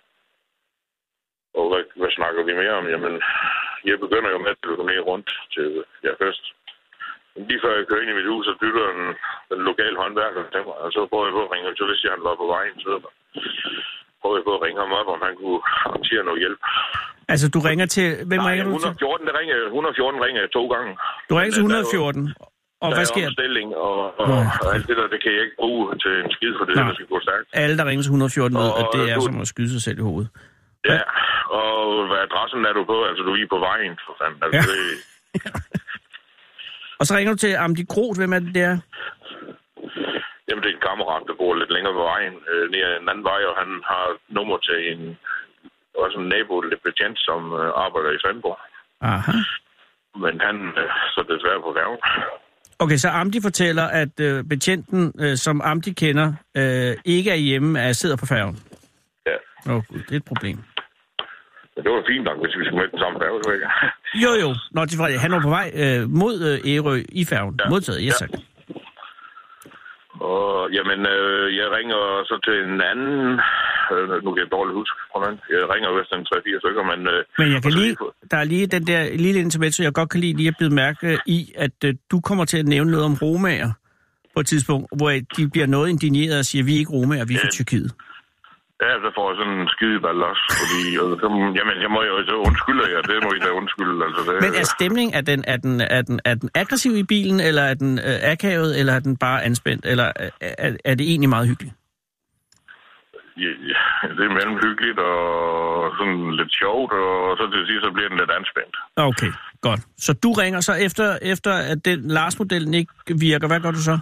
Og hvad, hvad snakker vi mere om? Jamen, jeg begynder jo med at gå ned rundt til ja, fest. Lige før jeg kører ind i mit hus, så bytter den, den lokale håndværker til mig. Og så prøver jeg på at ringe, så hvis jeg han var på vejen, så prøver jeg på at ringe ham op, om han kunne håndtere noget hjælp. Altså, du ringer til... Hvem Nej, ringer du til? et hundrede og fjorten, det ringer, et hundrede og fjorten ringer jeg to gange. Du ringer til et hundrede og fjorten? Og hvad sker? Der er omstilling, og, og, og alt det der, det kan jeg ikke bruge til en skid, for det der skal gå stærkt. Alle, der ringer til et hundrede og fjorten, ved, at det er som at skyde sig selv i hovedet. Ja, og hvad adressen er du på? Altså, du er lige på vejen, for fanden. Altså, ja. det... Og så ringer du til Amdi Groth. Hvem er det der? Jamen, det er en kammerat, der bor lidt længere på vejen, øh, ned ad en anden vej, og han har nummer til en, også en nabo, lidt betjent, som øh, arbejder i Svendborg. Aha. Men han øh, så desværre på færgen. Okay, så Amdi fortæller, at øh, betjenten, øh, som Amdi kender, øh, ikke er hjemme, er sidder på færgen. Ja. Åh oh, gud, det er et problem. Men det var fint nok, hvis vi skulle med den samme færge, så ikke? Jo, jo. Nå, han var på vej øh, mod øh, Ærø i færgen. Ja. Modtaget, yes, ja. Og jamen, øh, jeg ringer så til en anden, øh, nu kan jeg dårligt huske, hvordan, jeg ringer vist en tre fire stykker, men... Øh, men jeg kan lige, på... der er lige den der lille intermezzo, jeg godt kan lide, lige at bide mærke i, at øh, du kommer til at nævne noget om romager på et tidspunkt, hvor de bliver noget indigneret og siger, vi er ikke romager, vi er fra Tyrkiet. Ja, så får jeg sådan en skideball også, fordi altså, jamen, jeg må jo så undskylde jer, det må I da undskylde. Altså, det, men er stemningen, er den, er den, er den, er den aggressiv i bilen, eller er den øh, akavet, eller er den bare anspændt, eller er, er det egentlig meget hyggeligt? Ja, ja, det er mellem hyggeligt og sådan lidt sjovt, og så til sidst så bliver den lidt anspændt. Okay, godt. Så du ringer så efter, efter at den Lars-modellen ikke virker, hvad gør du så?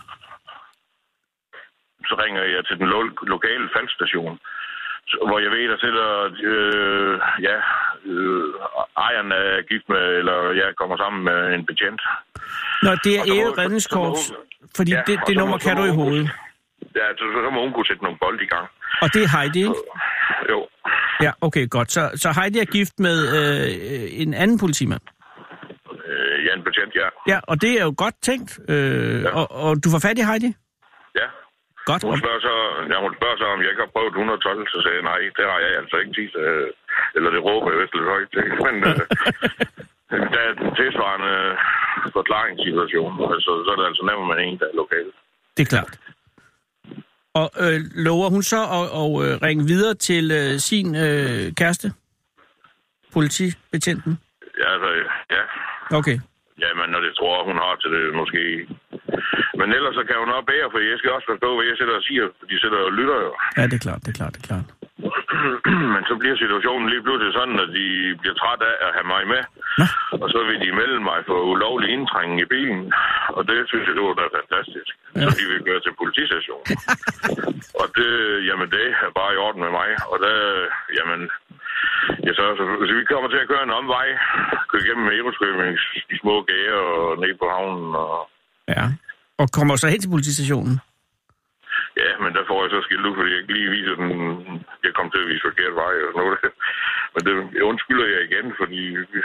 Så ringer jeg til den lo- lokale faldstation, hvor jeg ved, der sidder, øh, ja, øh, ejeren er gift med, eller jeg kommer sammen med en betjent. Nå, det er Ærø Redningskorps, fordi ja, det, det nummer kan du i hovedet. Ja, så, så må hun kunne sætte nogle bold i gang. Og det er Heidi, ikke? Så, jo. Ja, okay, godt. Så, så Heidi er gift med øh, en anden politimand? Øh, ja, en betjent, ja. Ja, og det er jo godt tænkt. Øh, ja. og, og du får fat i Heidi? Ja. Godt. Hun spørger, så, ja, hun spørger så, om jeg ikke har prøvet et hundrede og tolv, så sagde jeg, nej, det har jeg altså ikke tid. Øh, eller det råber jeg vist lidt højt til. Men øh, der er den tilsvarende forklaringssituation, altså, så er det altså nemmere med en, der er lokal. Det er klart. Og øh, lover hun så at, at øh, ringe videre til øh, sin øh, kæreste? Politibetjenten? Ja, altså, ja. Okay. Jamen, når det tror hun har til det, måske. Men ellers så kan hun også bære, for jeg skal også forstå, hvad jeg sætter og siger, for de sætter og lytter jo. Ja, det er klart, det er klart, det er klart. Men så bliver situationen lige pludselig sådan, at de bliver træt af at have mig med. Nå. Og så vil de melde mig for ulovlig indtrængning i bilen. Og det synes jeg, det var da fantastisk. Ja. Så de vil køre til politistationen. Og det, jamen det er bare i orden med mig. Og der, jamen... Ja, så, så, så vi kommer til at køre en omvej. Køre igennem Æreskøben, de små gader og ned på havnen. Og... Ja. Og kommer så hen til politistationen? Ja, men der får jeg så skilt ud, fordi jeg ikke lige viser den. Jeg kom til at vise forkert vej og sådan noget. Men det undskylder jeg igen, fordi...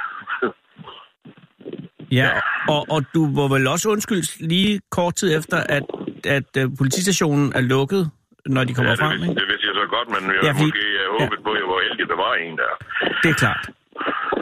Ja, og, og du må vel også undskylde lige kort tid efter, at, at uh, politistationen er lukket, når de kommer ja, det frem, vidste, ikke? det vidste jeg så godt, men jeg, ja, fordi... måske jeg håbet ja. på, at jeg var heldig, der var en der. Det er klart. For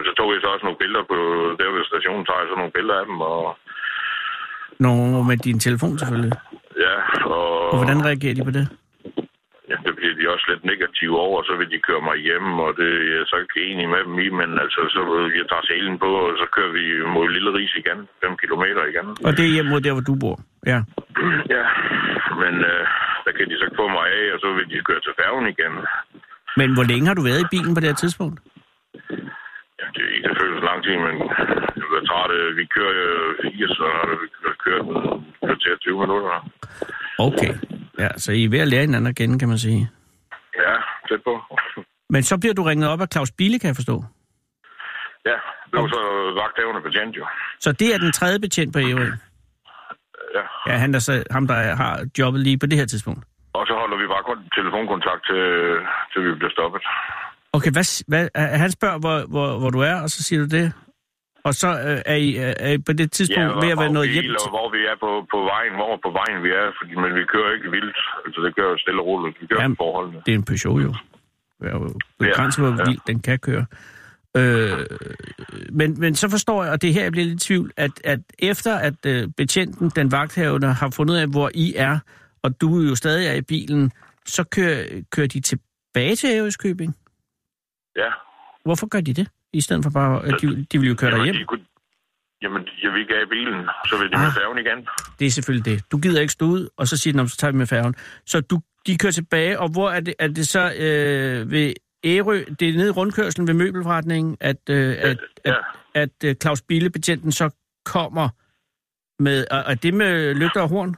så tog jeg så også nogle billeder på, der ved stationen, tager jeg så nogle billeder af dem, og... Nå, med din telefon selvfølgelig. Ja, og... Og hvordan reagerer de på det? Ja, det bliver de også lidt negative over, så vil de køre mig hjem, og det er jeg så ikke enig med dem i, men altså, så jeg tager selen på, og så kører vi mod Lille Ris igen, fem kilometer igen. Og det er hjem mod der, hvor du bor? Ja. Ja, men øh, der kan de så ikke få mig af, og så vil de køre til færgen igen. Men hvor længe har du været i bilen på det her tidspunkt? Ja, det er ikke selvfølgelig så lang tid, men jeg tager det. Vi kører fire, så har vi kørt den til tyve minutter. Okay. Ja, så I er ved at lære hinanden at kende, kan man sige. Ja, tæt på. Men så bliver du ringet op af Claus Bille, kan jeg forstå? Ja, det var så vagthavende betjent, jo. Så det er den tredje betjent på Ærø? Ja. Ja, han der så, ham, der har jobbet lige på det her tidspunkt. Og så holder vi bare kun telefonkontakt, til, til vi bliver stoppet. Okay, hvad, hvad, han spørger, hvor, hvor, hvor du er, og så siger du det? Og så øh, er, I, er I på det tidspunkt ja, ved at være noget hjem? Ja, hvor vi er på, på vejen, hvor på vejen vi er, fordi, men vi kører ikke vildt. Altså, det kører stille og roligt. Vi kører ja, på forholdene. Det er en Peugeot jo. Det er jo begrænset, hvor ja. vildt den kan køre. Øh, men, men så forstår jeg, og det er her, jeg bliver lidt i tvivl, at, at efter at øh, betjenten, den vagthavende, har fundet ud af, hvor I er, og du jo stadig er i bilen, så kører, kører de tilbage til Ærøskøbing? Ja. Hvorfor gør de det? I stedet for bare, at de, de vil jo køre jamen, derhjem? De kunne, jamen, jeg vil ikke have bilen, så vil de ah, med færgen igen. Det er selvfølgelig det. Du gider ikke stå ud, og så siger de, så tager vi med færgen. Så du, de kører tilbage, og hvor er det, er det så øh, ved Ærø, det er nede i rundkørslen ved møbelforretningen, at, øh, ja, at, ja. at, at, at Claus Bille, betjenten, så kommer med, og, og det med lygter og horn?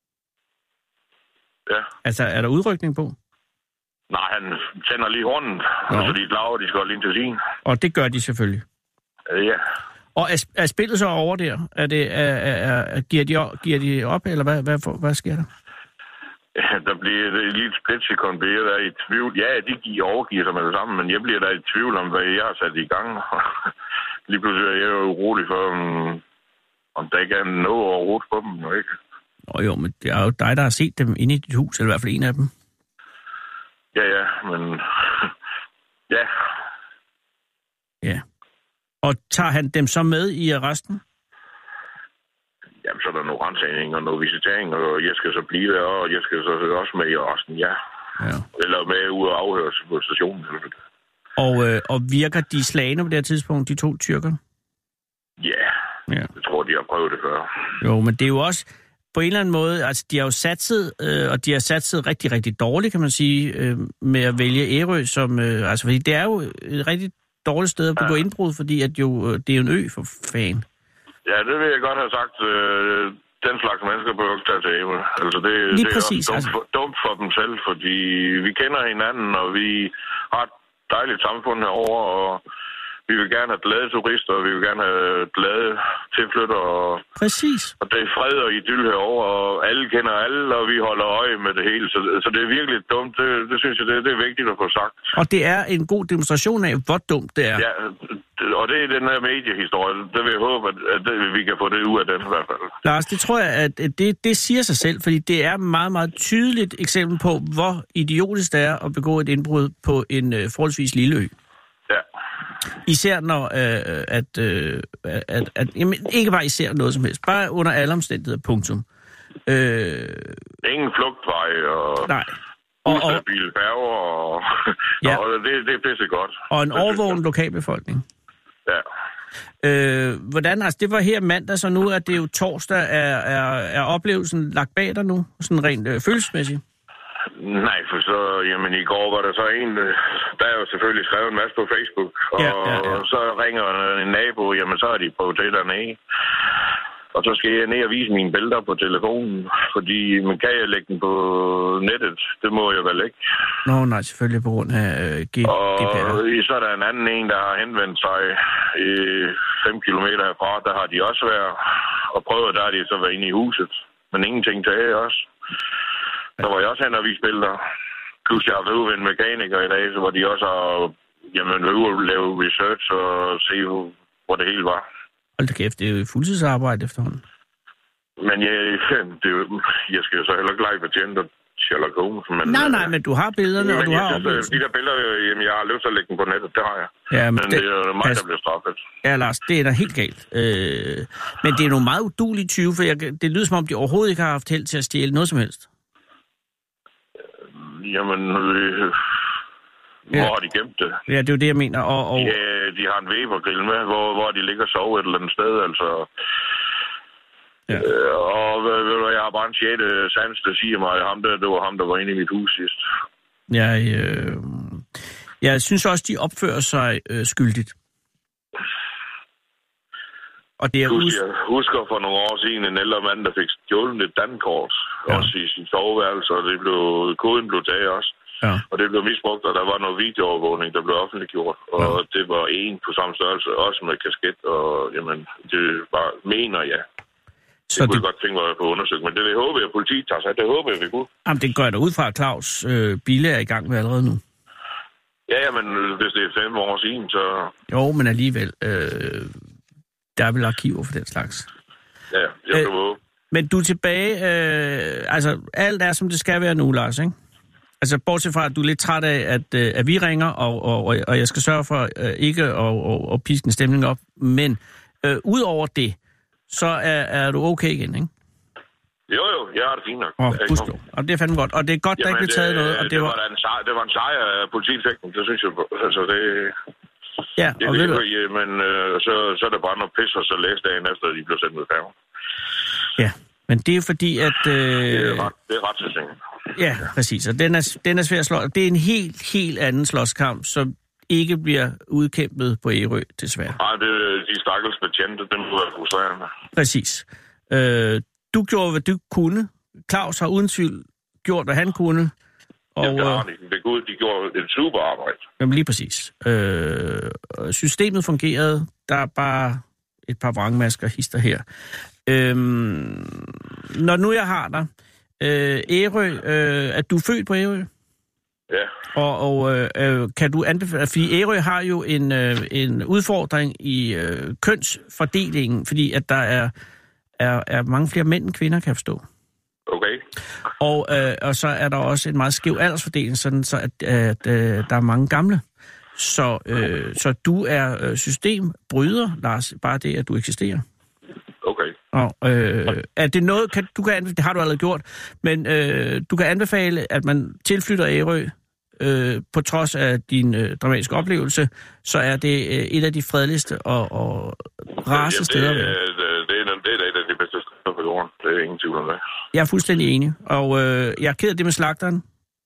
Ja. Altså, er der udrykning på? Nej, han tænder lige hornen, ja. Så de er klar over, de skal holde ind til sin. Og det gør de selvfølgelig? Ja. Og er, er spillet så over der? Er det, er, er, er, giver, de, giver de op, eller hvad, hvad, for, hvad sker der? Ja, der bliver det lige et splitsekund, bliver der i tvivl. Ja, de giver, overgiver sig med det samme, men jeg bliver der i tvivl om, hvad jeg har sat i gang. Lige pludselig er jeg jo urolig for, om, om der ikke er noget overhovedet på dem, ikke? Nå jo, men det er jo dig, der har set dem inde i dit hus, eller i hvert fald en af dem. Ja, ja, men... ja. Ja. Og tager han dem så med i arresten? Jamen, så er der nogle rensagning og noget visitering, og jeg skal så blive der, og jeg skal så også med i arresten, ja. ja. Eller med ud og afhøres på stationen. Og, øh, og virker de slagende på det her tidspunkt, de to tyrker? Ja, ja. Jeg tror, de har prøvet det før. Jo, men det er jo også... På en eller anden måde, altså de har jo satset, øh, og de har satset rigtig, rigtig dårligt, kan man sige, øh, med at vælge Ærø som, øh, altså fordi det er jo et rigtig dårligt sted at begå ja. indbrud, fordi at jo, øh, det er jo en ø for fan. Ja, det vil jeg godt have sagt. Øh, den slags mennesker bør ikke tage til Ærø. Altså det, Lige det er præcis, dumt, altså. for, dumt for dem selv, fordi vi kender hinanden, og vi har et dejligt samfund herovre, og vi vil gerne have glade turister, og vi vil gerne have glade tilflyttere. Og, Præcis. Og det er fred og idyll herovre, og alle kender alle, og vi holder øje med det hele. Så, så det er virkelig dumt. Det, det synes jeg, det, det er vigtigt at få sagt. Og det er en god demonstration af, hvor dumt det er. Ja, og det er den her mediehistorie. Det vil jeg håbe, at, at det, vi kan få det ud af den i hvert fald. Lars, det tror jeg, at det, det siger sig selv, fordi det er meget, meget tydeligt eksempel på, hvor idiotisk det er at begå et indbrud på en øh, forholdsvis lille ø. Ja. Især når, øh, at, øh, at, at, jamen, ikke bare især noget som helst, bare under alle omstændigheder, punktum. Øh, Ingen flugtvej og... Nej. Og, ustabile færger, og, ja. og det, det er pisse godt. Og en overvågen lokalbefolkning. Ja. Øh, hvordan, altså det var her mandag, så nu er det jo torsdag, er, er, er oplevelsen lagt bag dig nu, sådan rent øh, følelsesmæssigt? Nej, for så, jamen i går var der så en, der er jo selvfølgelig skrevet en masse på Facebook, og, ja, ja, ja. og så ringer en nabo, jamen så er de på hotel dernede. Og så skal jeg ned og vise mine billeder på telefonen, fordi man kan jeg lægge den på nettet, det må jeg vel ikke. Nå nej, selvfølgelig på grund af øh, G P R. Og så er der en anden en, der har henvendt sig i fem kilometer herfra, der har de også været, og prøvet, der har de så været inde i huset, men ingenting til os. Så var jeg også hen og vise billeder. Plus jeg har været ude ved en mekaniker i dag, så var de også har jamen, været ude og lave research og se, hvor det hele var. Hold da kæft, det er jo fuldtidsarbejde efterhånden. Men jeg, det er jo, jeg skal jo så heller ikke lege betjent og Sherlock Holmes. Men, nej, nej, men du har billederne, og du har synes, oplevelsen. de der billeder, jamen, jeg har lyst til at lægge dem på nettet, det har jeg. Ja, men, men det, det er jo mig, pas, der bliver straffet. Ja, Lars, det er da helt galt. Øh, men det er nogle meget udulige tyve, for jeg, det lyder som om, de overhovedet ikke har haft held til at stjæle noget som helst. Jamen, øh, hvor ja. har de gemt det? Ja, det er jo det, jeg mener. Og, og... Ja, de har en Weber-grill med, hvor, hvor de ligger og sover et eller andet sted, altså... Ja. Øh, og ved du, jeg har bare en sjette sans, der siger mig, at ham der, det var ham, der var inde i mit hus sidst. Jeg, øh, jeg synes også, de opfører sig øh, skyldigt. Og det er husk... Jeg husker for nogle år siden en ældre mand, der fik stjålet et dankort, ja. også i sin soveværelse, og det blev, koden blev taget også. Ja. Og det blev misbrugt, og der var noget videoovervågning, der blev offentliggjort. Og ja. det var en på samme størrelse, også med kasket, og jamen, det var, mener jeg. Så det kunne det... godt tænke mig på undersøge, men det, det håber jeg, at politiet tager sig. Det håber jeg, vi kunne. Jamen, det går jeg da ud fra, at Claus øh, Bille er i gang med allerede nu. Ja, ja, men hvis det er fem år siden, så... Jo, men alligevel, øh, der er vel arkiver for den slags. Ja, jeg kan øh, håbe. Men du er tilbage, øh, altså alt er, som det skal være nu, Lars, ikke? Altså, bortset fra, at du er lidt træt af, at, øh, at vi ringer, og, og, og jeg skal sørge for øh, ikke at og, og piske en stemning op. Men øh, ud over det, så er, er du okay igen, ikke? Jo, jo, jeg har det fint nok. Åh, husk og det er fandme godt. Og det er godt, Jamen, der ikke blev taget noget. Og det, det, var... var en sejr, det var en sejr af politieffekten, det synes jeg. Altså, det... Ja, det og ved du... Ja, men øh, så, så er det bare noget pis, og så læse dagen efter, at de blev sendt ud af færgen. Ja, men det er fordi, at... Øh... Det er, ret, det er retssystemet. Ja, præcis. Og den er, den er svær at slå. Det er en helt, helt anden slåskamp, som ikke bliver udkæmpet på Ærø, desværre. Nej, det, de stakkels betjente, dem må være frustrerende. Præcis. Øh, du gjorde, hvad du kunne. Claus har uden tvivl gjort, hvad han kunne. Og, ja, det har de. Det gode, de gjorde et super arbejde. Jamen lige præcis. Øh, systemet fungerede. Der er bare et par vrangmasker hister her. Øh, når nu jeg har dig, øh, Ærø, øh, er du født på Ærø? Ja. Og, og øh, kan du anbefale, fordi Ærø har jo en, øh, en udfordring i øh, kønsfordelingen, fordi at der er, er, er mange flere mænd end kvinder, kan jeg forstå. Okay. Og, øh, og så er der også en meget skæv aldersfordeling, sådan så at, at øh, der er mange gamle. Så, øh, så du er systembryder, Lars, bare det, at du eksisterer. Okay. Og, øh, er det noget, kan, du kan anbefale, det har du allerede gjort, men øh, du kan anbefale, at man tilflytter Ærø, øh, på trods af din øh, dramatiske oplevelse, så er det øh, et af de fredeligste og, og rareste steder. Ja, det, det, det, det, det er et af de bedste steder på jorden. Det er ingen tvivl om det. Jeg er fuldstændig enig, og øh, jeg er ked af det med slagteren.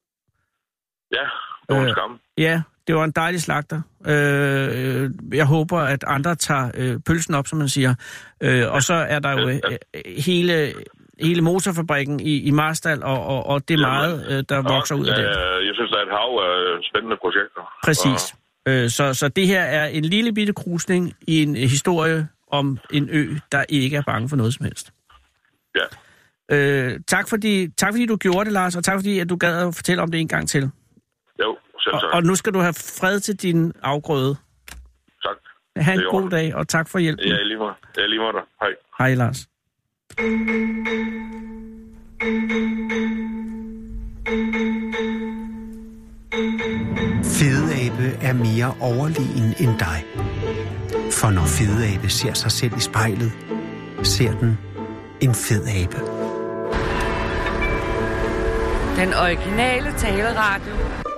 Ja, det var en skam. Øh, ja, det var en dejlig slagter. Øh, jeg håber, at andre tager øh, pølsen op, som man siger. Øh, og så er der jo øh, hele, hele motorfabrikken i, i Marstal, og, og, og det er meget, øh, der vokser ud af det. Jeg synes, der er et hav af spændende projekter. Præcis. Øh, så, så det her er en lille bitte krusning i en historie om en ø, der ikke er bange for noget som helst. Ja. Øh, tak, fordi, tak fordi du gjorde det, Lars, og tak fordi at du gad at fortælle om det en gang til. Jo, selv tak. Og, og nu skal du have fred til din afgrøde. Tak. Ha' en god dag, og tak for hjælpen. Ja, lige måde. Ja, lige måde. Hej. Hej, Lars. Fedeabe er mere overlegen end dig. For når fedeabe ser sig selv i spejlet, ser den en fed abe. Den originale taleradio.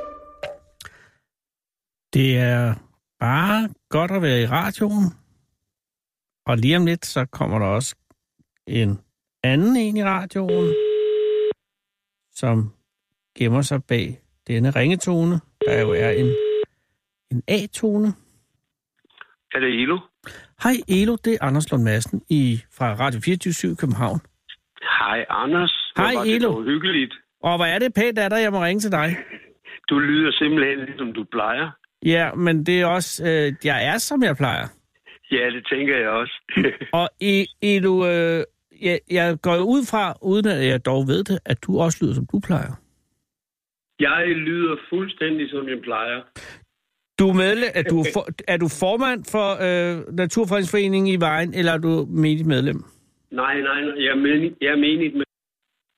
Det er bare godt at være i radioen. Og lige om lidt, så kommer der også en anden en i radioen, som gemmer sig bag denne ringetone, der jo er en, en A-tone. Er det Elo? Hej Elo, det er Anders Lund Madsen i, fra Radio fireogtyve syv i København. Hej Anders. Hej Elo. Det var hyggeligt. Og hvad er det pænt af dig, jeg må ringe til dig? Du lyder simpelthen ligesom du plejer. Ja, men det er også, øh, jeg er som jeg plejer. Ja, det tænker jeg også. Og Elo, øh, jeg, jeg går ud fra, uden at jeg dog ved det, at du også lyder som du plejer. Jeg lyder fuldstændig som jeg plejer. Du er, medlem, er, du for, er du formand for øh, Naturfredningsforeningen i Vejen, eller er du menigt medlem? Nej, nej, nej. Jeg er menigt, jeg er menigt med.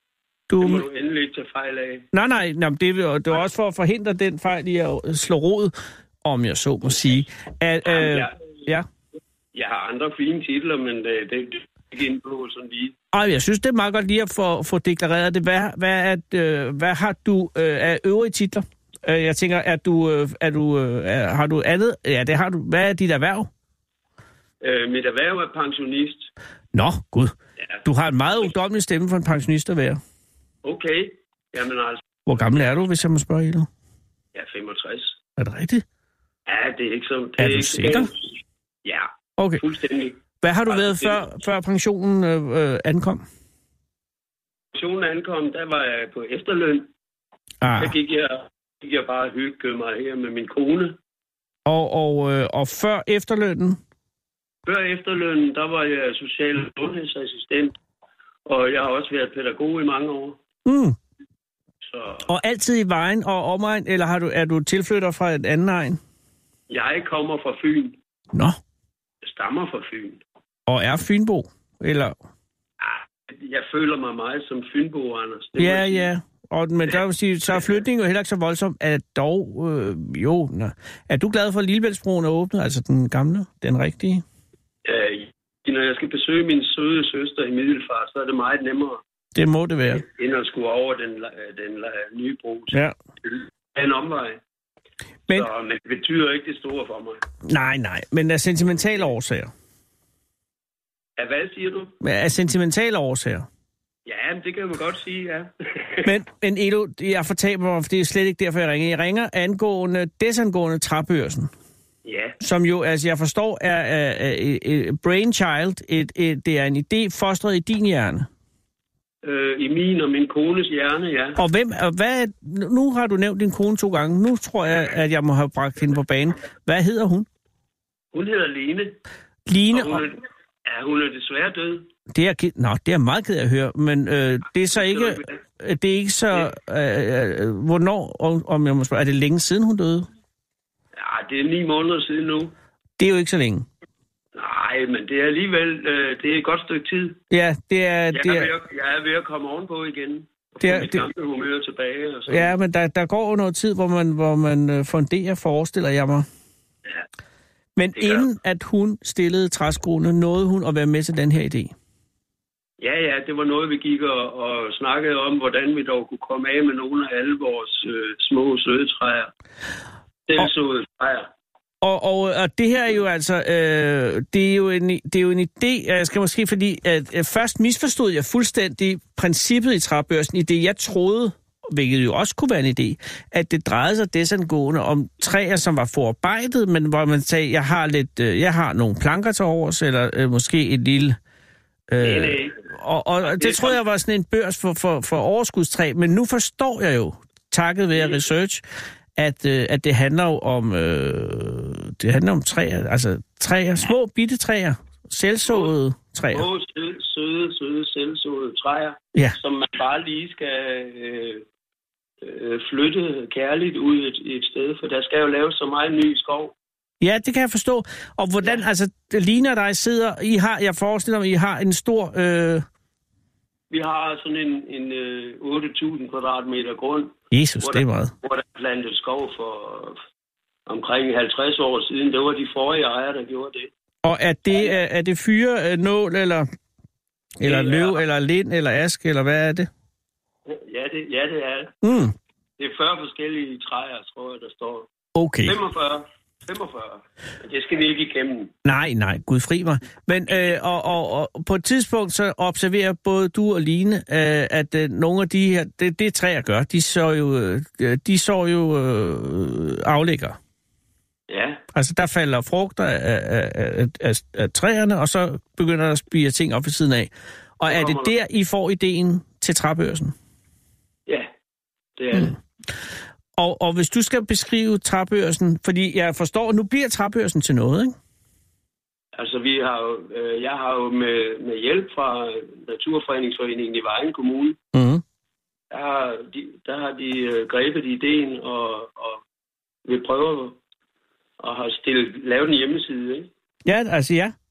Du... Det må du endelig ikke tage fejl af. Nej, nej, nej det, er, det var også for at forhindre den fejl i at slå rod, om jeg så må sige. At, øh, jeg, ja. jeg har andre fine titler, men det, det er ikke inde på sådan lige. Ej, jeg synes, det er meget godt lige at få, få deklareret det. Hvad, hvad, at, øh, hvad har du øh, af øvrige titler? Øh, jeg tænker, er du, øh, er du, øh, er, har du andet? Ja, det har du. Hvad er dit erhverv? Øh, mit erhverv er pensionist. Nå, gud. Ja. Du har en meget ungdommelig stemme for en pensionist at være. Okay. Jamen altså. Hvor gammel er du, hvis jeg må spørge i dig? Jeg er femogtres. Er det rigtigt? Ja, det er ikke så... Det er, er du ikke sikker? Så... Ja, okay. Fuldstændig. Hvad har du altså, været det... før, før pensionen øh, ankom? Pensionen ankom, der var jeg på efterløn. Ah. Så gik jeg, gik jeg bare og hyggede mig her med min kone. Og, og, øh, og før efterlønnen? Før efterlønnen, der var jeg social- og sundhedsassistent. Og jeg har også været pædagog i mange år. Mm. Så... Og altid i Vejen og omegn, eller har du, er du tilflytter fra et andet egn? Jeg kommer fra Fyn. Nå. Jeg stammer fra Fyn. Og er Fynbo, eller? Jeg føler mig meget som Fynbo, Anders. Det ja, ja. Og, men der vil sige, så er flytningen jo heller ikke så voldsom, at dog, øh, jo, nej. Er du glad for, at Lillebæltsbroen er åbnet, altså den gamle, den rigtige? Øh, når jeg skal besøge min søde søster i Middelfart, så er det meget nemmere. Det må det være. End at skulle over den, den nye bro. Ja. En omvej. Men, så, men det betyder ikke det store for mig. Nej, nej, men af sentimentale årsager. Ja, hvad siger du? Af sentimentale årsager. Ja, det kan man godt sige, ja. men, men Edo, jeg fortaber mig, for det er slet ikke derfor, jeg ringer. Jeg ringer angående, desangående Træbørsen. Ja. Som jo, altså jeg forstår, er, er, er, er brainchild. Et, et, det er en idé fostret i din hjerne. Øh, I min og min kones hjerne, ja. Og hvem, og hvad, nu har du nævnt din kone to gange. Nu tror jeg, at jeg må have bragt hende på banen. Hvad hedder hun? Hun hedder Lene. Line? Og hun er, ja, hun er desværre død. Det er, nå, det er meget ked af at høre, men øh, det er så ikke, det er ikke så, øh, øh, hvornår, om jeg må spørge, er det længe siden hun døde? Ja, det er ni måneder siden nu. Det er jo ikke så længe. Nej, men det er alligevel, øh, det er et godt stykke tid. Ja, det er... Jeg, det er, er, ved at, jeg er ved at komme ovenpå igen. Og det er, få mit gamle humør tilbage. Og så. Ja, men der, der går jo noget tid, hvor man, hvor man funderer, forestiller jeg mig. Ja. Men inden at hun stillede træskoene, nåede hun at være med til den her idé? Ja, ja, det var noget, vi gik og, og snakkede om, hvordan vi dog kunne komme af med nogle af alle vores øh, små søde træer. Selvsåede træer. Og, og, og det her er jo altså, øh, det, er jo en, det er jo en idé, jeg skal måske, fordi at, at først misforstod jeg fuldstændig princippet i Træbørsen, i det jeg troede, hvilket jo også kunne være en idé, at det drejede sig desangående om træer, som var forarbejdet, men hvor man sagde, jeg har lidt, øh, jeg har nogle planker til overs, eller øh, måske et lille... Øh, nej, nej. Og, og, og det troede jeg var sådan en børs for, for, for overskudstræ, men nu forstår jeg jo, takket være research, at, øh, at det handler jo om, øh, det handler om træer, altså træer, små bitte træer, selvsåede træer. Små, søde, søde, søde, selvsåede træer, ja. Som man bare lige skal øh, øh, flytte kærligt ud et, et sted, for der skal jo laves så meget ny skov. Ja, det kan jeg forstå. Og hvordan, ja. altså, det ligner dig sidder, I har, jeg forestiller mig, I har en stor... Øh... Vi har sådan en, en øh, otte tusind kvadratmeter grund. Jesus, hvor det er der, meget. Hvor der er plantet skov for omkring halvtreds år siden. Det var de forrige ejere, der gjorde det. Og er det, er, er det fyre, nål, eller, eller det løv, er... eller lind, eller ask, eller hvad er det? Ja, det, ja, det er det. Mm. Det er fyrre forskellige træer, tror jeg, der står. Okay. femogfyrre. femogfyrre. Men det skal vi ikke igennem. Nej, nej, Gud fri mig. Men øh, og, og, og på et tidspunkt så observerer både du og Line, øh, at øh, nogle af de her, det, det træer gør, de så jo, øh, de så jo øh, aflægger. Ja. Altså der falder frugter af, af, af, af, af træerne, og så begynder der at spire ting op ved siden af. Og er det der, I får ideen til Træbørsen? Ja, det er mm. det. Og, og hvis du skal beskrive Træbørsen, fordi jeg forstår, at nu bliver Træbørsen til noget, ikke? Altså, vi har jo, øh, jeg har jo med, med hjælp fra Naturfredningsforeningen i Vejen Kommune, mm. der har de, der har de øh, grebet ideen, og, og vi prøver at have stillet, lavet en hjemmeside, ikke? Ja, altså ja.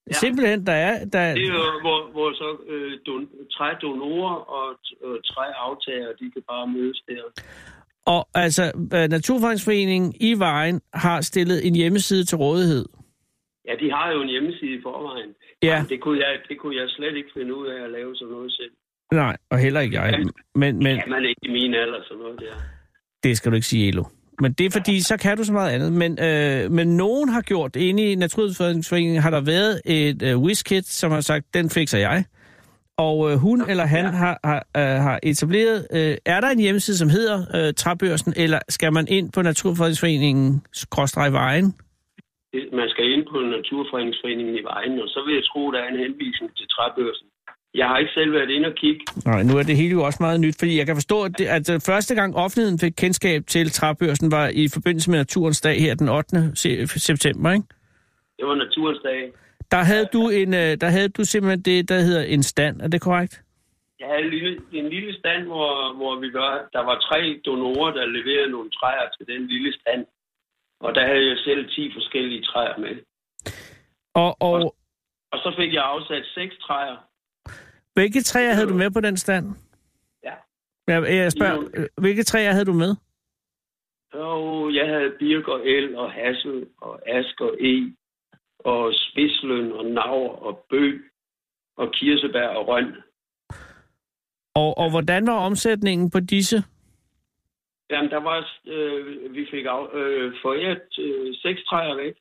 Ja. Simpelthen, der er... Der... Det er jo, hvor, hvor så øh, don, trædonorer og øh, træaftager, de kan bare mødes der. Og altså, Naturfredningsforeningen i Vejen har stillet en hjemmeside til rådighed. Ja, de har jo en hjemmeside i forvejen. Ja. Det kunne, jeg, det kunne jeg slet ikke finde ud af at lave sådan noget selv. Nej, og heller ikke jeg. Men, men... Kan man ikke i min alder, sådan noget der. Det skal du ikke sige, Elo. Men det er fordi, så kan du så meget andet. Men, øh, men nogen har gjort, inde i Naturfredningsforeningen har der været et øh, whiskit, som har sagt, den fikser jeg. Og øh, hun eller han har, har, øh, har etableret... Øh, er der en hjemmeside, som hedder øh, Træbørsen, eller skal man ind på Naturfredningsforeningen skråstreg Vejen? Man skal ind på Naturfredningsforeningen i Vejen, og så vil jeg tro, der er en henvisning til Træbørsen. Jeg har ikke selv været inde og kigge. Nej, nu er det hele jo også meget nyt, fordi jeg kan forstå, at, det, at første gang offentligheden fik kendskab til Træbørsen var i forbindelse med Naturens Dag her den ottende september, ikke? Det var Naturens Dag. Der havde du en, der havde du simpelthen det, der hedder en stand, er det korrekt? Jeg havde en lille, en lille stand, hvor, hvor vi var, der var tre donorer, der leverede nogle træer til den lille stand. Og der havde jeg selv ti forskellige træer med. Og, og... og, og så fik jeg afsat seks træer. Hvilke træer havde du med på den stand? Ja. Jeg, jeg spørger, hvilke træer havde du med? Jo, jeg havde birk og el og hassel og ask og e og spidsløn og naver og bøg og kirsebær og røn. Og, og hvordan var omsætningen på disse? Jamen, der var, øh, vi fik af, øh, foræret øh, seks træer væk.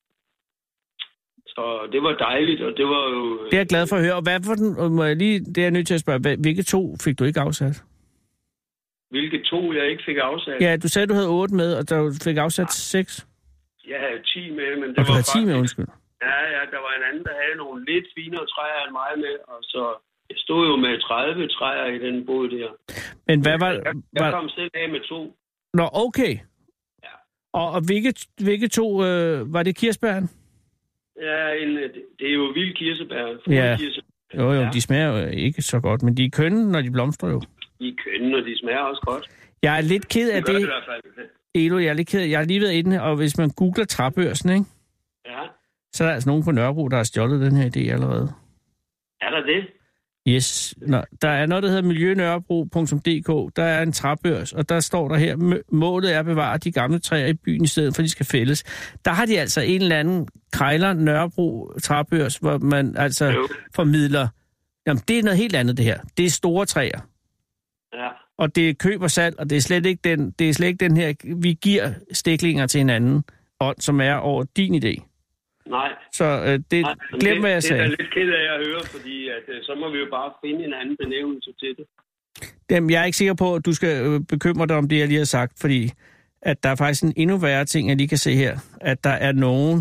Så det var dejligt, og det var jo... Øh, det er jeg glad for at høre. Og hvad for den, må jeg lige, det er jeg nødt til at spørge, hvilke to fik du ikke afsat? Hvilke to jeg ikke fik afsat? Ja, du sagde, du havde otte med, og du fik afsat ja. seks. Jeg havde ti med, men det og var du havde faktisk... ti med, undskyld. Ja, ja, der var en anden, der havde nogle lidt finere træer end mig med, og så... Jeg stod jo med tredive træer i den båd der. Men hvad var... Jeg, jeg kom selv af med to. Nå, okay. Ja. Og, og hvilke, hvilke to... Øh, var det kirsebæren? Ja, en, det er jo vild kirsebær. Ja. Kirsebær. Jo, jo, ja. De smager jo ikke så godt, men de er kønne, når de blomstrer jo. De er kønne, og de smager også godt. Jeg er lidt ked af det. det i hvert fald. Elo, jeg er lidt ked af, jeg har lige været inde, og hvis man googler Træbørsen, ikke? Ja. Så er der altså nogen på Nørrebro, der har stjålet den her idé allerede. Er der det? Yes. Nå, der er noget, der hedder miljønørrebro punktum d k. Der er en træbørs, og der står der her, målet er at bevare de gamle træer i byen, i stedet for de skal fældes. Der har de altså en eller anden Krejler Nørrebro træbørs, hvor man altså jo. formidler, jamen det er noget helt andet det her. Det er store træer. Ja. Og det er køb og salg, og det er slet ikke den, det er slet ikke den her, vi giver stiklinger til hinanden, ånd, som er over din idé. Nej. Så øh, det, Nej, glem det, hvad jeg sagde. Det er lidt ked af at høre, fordi at, øh, så må vi jo bare finde en anden benævnelse til det. Jamen, jeg er ikke sikker på, at du skal øh, bekymre dig om det, jeg lige har sagt, fordi at der er faktisk en endnu værre ting, jeg lige kan se her. At der er nogen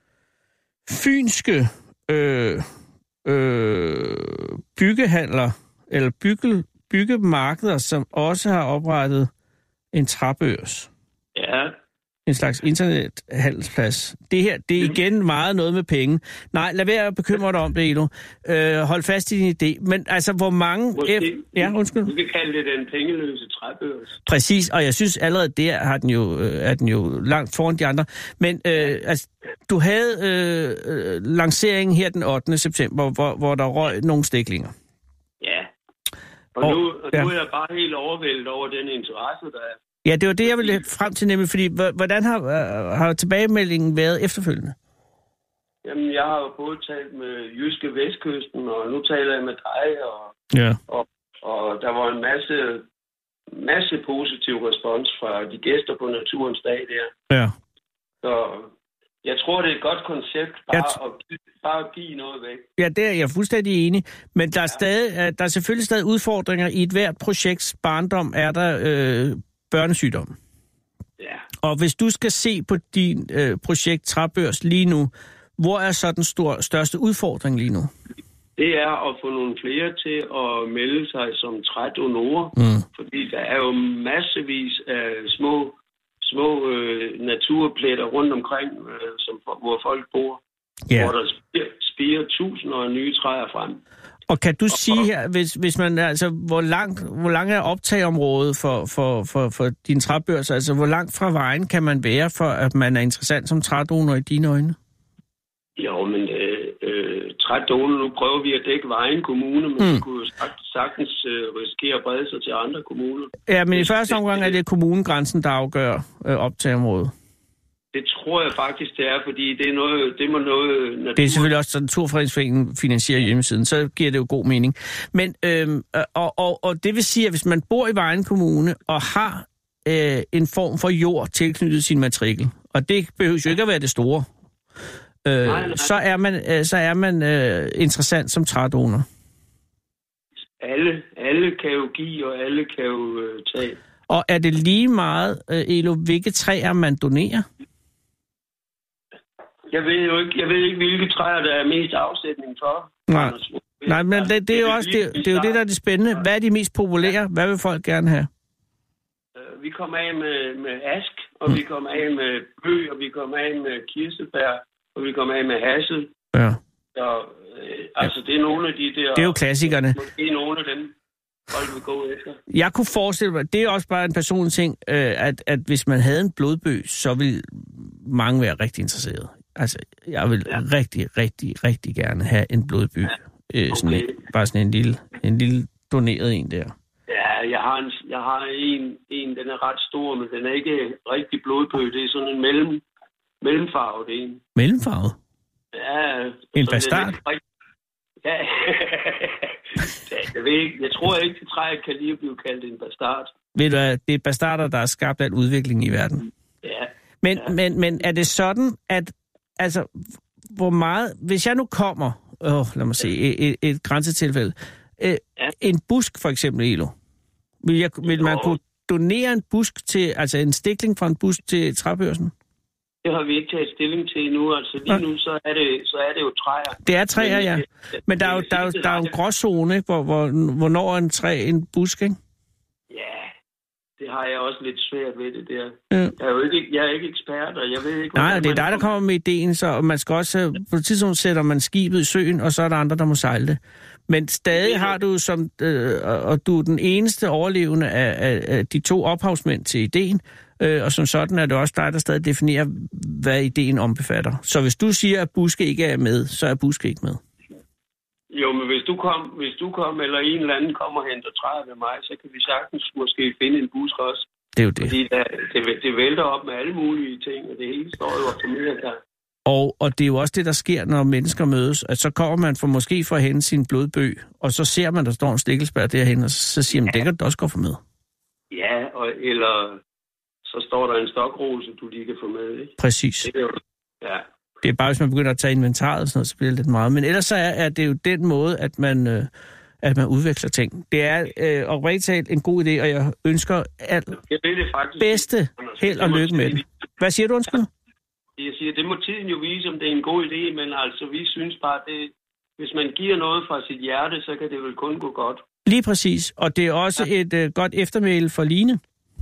fynske øh, øh, byggehandler, eller bygge, byggemarkeder, som også har oprettet en træbørs. Ja. En slags internethandelsplads. Det her, det er igen meget noget med penge. Nej, lad være at bekymre dig om det, Elo. Øh, hold fast i din idé. Men altså, hvor mange... Måske, F... Ja, undskyld. Du kan kalde det den pengeløse træbørs. Præcis, og jeg synes allerede der har den jo, øh, er den jo langt foran de andre. Men øh, altså, du havde øh, lanceringen her den ottende september, hvor, hvor der røg nogle stiklinger. Ja. Og, og nu, og ja. nu er jeg bare helt overvældet over den interesse, der er. Ja, det var det, jeg ville frem til nemlig, fordi hvordan har, har tilbagemeldingen været efterfølgende? Jamen, jeg har jo både talt med Jyske Vestkysten, og nu taler jeg med dig, og, ja. og, og der var en masse, masse positiv respons fra de gæster på Naturens Dag der. Ja. Så jeg tror, det er et godt koncept, bare, t- at, bare at give noget væk. Ja, det er jeg fuldstændig enig. Men der er, ja. stadig, der er selvfølgelig stadig udfordringer i et hvert projekts barndom, er der... Øh, børnesygdom. Ja. Og hvis du skal se på din øh, projekt Træbørs lige nu, hvor er så den stor, største udfordring lige nu? Det er at få nogle flere til at melde sig som trædonorer, mm. fordi der er jo massevis af små, små øh, naturpletter rundt omkring, øh, som, hvor folk bor, yeah. hvor der spiger, spiger tusinder af nye træer frem. Og kan du sige her, hvis, hvis man, altså, hvor langt, hvor langt er optagområdet for, for, for, for din træbørs? Altså, hvor langt fra vejen kan man være, for at man er interessant som trædonor i dine øjne? Jo, men øh, øh, trætdoner. Nu prøver vi at dække Vejen Kommune, men mm. det kunne jo sagtens øh, risikere at brede sig til andre kommuner. Ja, men i første omgang er det kommunegrænsen, der afgør øh, optageområdet. Det tror jeg faktisk, det er, fordi det er noget, det må noget... Natur... Det er selvfølgelig også, at Naturfredningsforeningen finansierer hjemmesiden, så giver det jo god mening. Men, øhm, og, og, og det vil sige, at hvis man bor i Vejen Kommune og har øh, en form for jord tilknyttet sin matrikel, og det behøver jo ikke at være det store, øh, nej, nej. så er man, øh, så er man øh, interessant som trædonor. Alle, alle kan jo give, og alle kan jo øh, tage. Og er det lige meget, øh, Elo, hvilke træer man donerer? Jeg ved jo ikke, jeg ved ikke, hvilke træer, der er mest afsætning for. Nej, Nej men det, det er jo også det, det, er jo det, der er det spændende. Hvad er de mest populære? Hvad vil folk gerne have? Vi kommer af med, med ask, og mm. vi kommer af med bøg, og vi kommer af med kirsebær, og vi kommer af med hassel. Ja. Så, øh, altså, det er nogle af de der... Det er jo klassikerne. Det er nogle af dem, folk vil gå efter. Jeg kunne forestille mig, det er også bare en personlig ting, øh, at, at hvis man havde en blodbøg, så ville mange være rigtig interesserede. Altså, jeg vil ja. rigtig, rigtig, rigtig gerne have en blodbøg. Ja. Øh, okay. sådan en, bare sådan en lille, en lille doneret en der. Ja, jeg har, en, jeg har en, en, den er ret stor, men den er ikke rigtig blodbøg. Det er sådan en mellem, mellemfarvet en. Mellemfarvet? Ja. En bastard? Ja. jeg, ved ikke, jeg tror ikke, det træet kan lige blive kaldt en bastard. Ved du hvad, det er bastarder, der har skabt al udvikling i verden. Ja. Men, ja. men, men er det sådan, at altså, hvor meget... Hvis jeg nu kommer... Åh, lad mig se, et, et, et grænsetilfælde. Øh, ja. En busk, for eksempel, Elo. Vil, jeg, vil man kunne donere en busk til... Altså en stikling fra en busk til træbørsen? Det har vi ikke taget stilling til endnu. Altså lige nu, så er det, så er det jo træer. Det er træer, ja. Men der er jo, der er jo, der er jo en gråzone, ikke? Hvor, hvor, hvornår er en træ en busk, ikke? Ja, det har jeg også lidt svært ved det der. Ja. Jeg er jo ikke, jeg er ikke ekspert, og jeg ved ikke... Nej, det er dig, der kommer med ideen, så man skal også... På et tidspunkt sætter man skibet i søen, og så er der andre, der må sejle det. Men stadig har du som... Øh, og du er den eneste overlevende af, af, af de to ophavsmænd til ideen, øh, og som sådan er det også dig, der stadig definerer, hvad ideen ombefatter. Så hvis du siger, at buske ikke er med, så er buske ikke med. Jo, men hvis du kom, hvis du kom eller en eller anden kommer og henter træer med mig, så kan vi sagtens måske finde en busk også. Det er jo det. Fordi der, det, det vælter op med alle mulige ting, og det hele står jo optimeret der. Og, og det er jo også det, der sker, når mennesker mødes. At så kommer man for måske for at hente sin blodbøg, og så ser man, der står en stikkelsbær derhen, og så, så siger man, ja. Det kan du også gå for med. Ja, og, eller så står der en stokrose, du lige kan få med, ikke? Præcis. Det er jo, ja. Det er bare, hvis man begynder at tage inventaret og sådan noget, så bliver det lidt meget. Men ellers så er, er det jo den måde, at man, øh, at man udveksler ting. Det er øh, oprigtigt talt en god idé, og jeg ønsker alt jeg ved det faktisk, bedste held og lykke med det. Hvad siger du, undskyld? Jeg siger, det må tiden jo vise, om det er en god idé, men altså, vi synes bare, det, hvis man giver noget fra sit hjerte, så kan det vel kun gå godt. Lige præcis, og det er også ja. et øh, godt eftermæle for Line.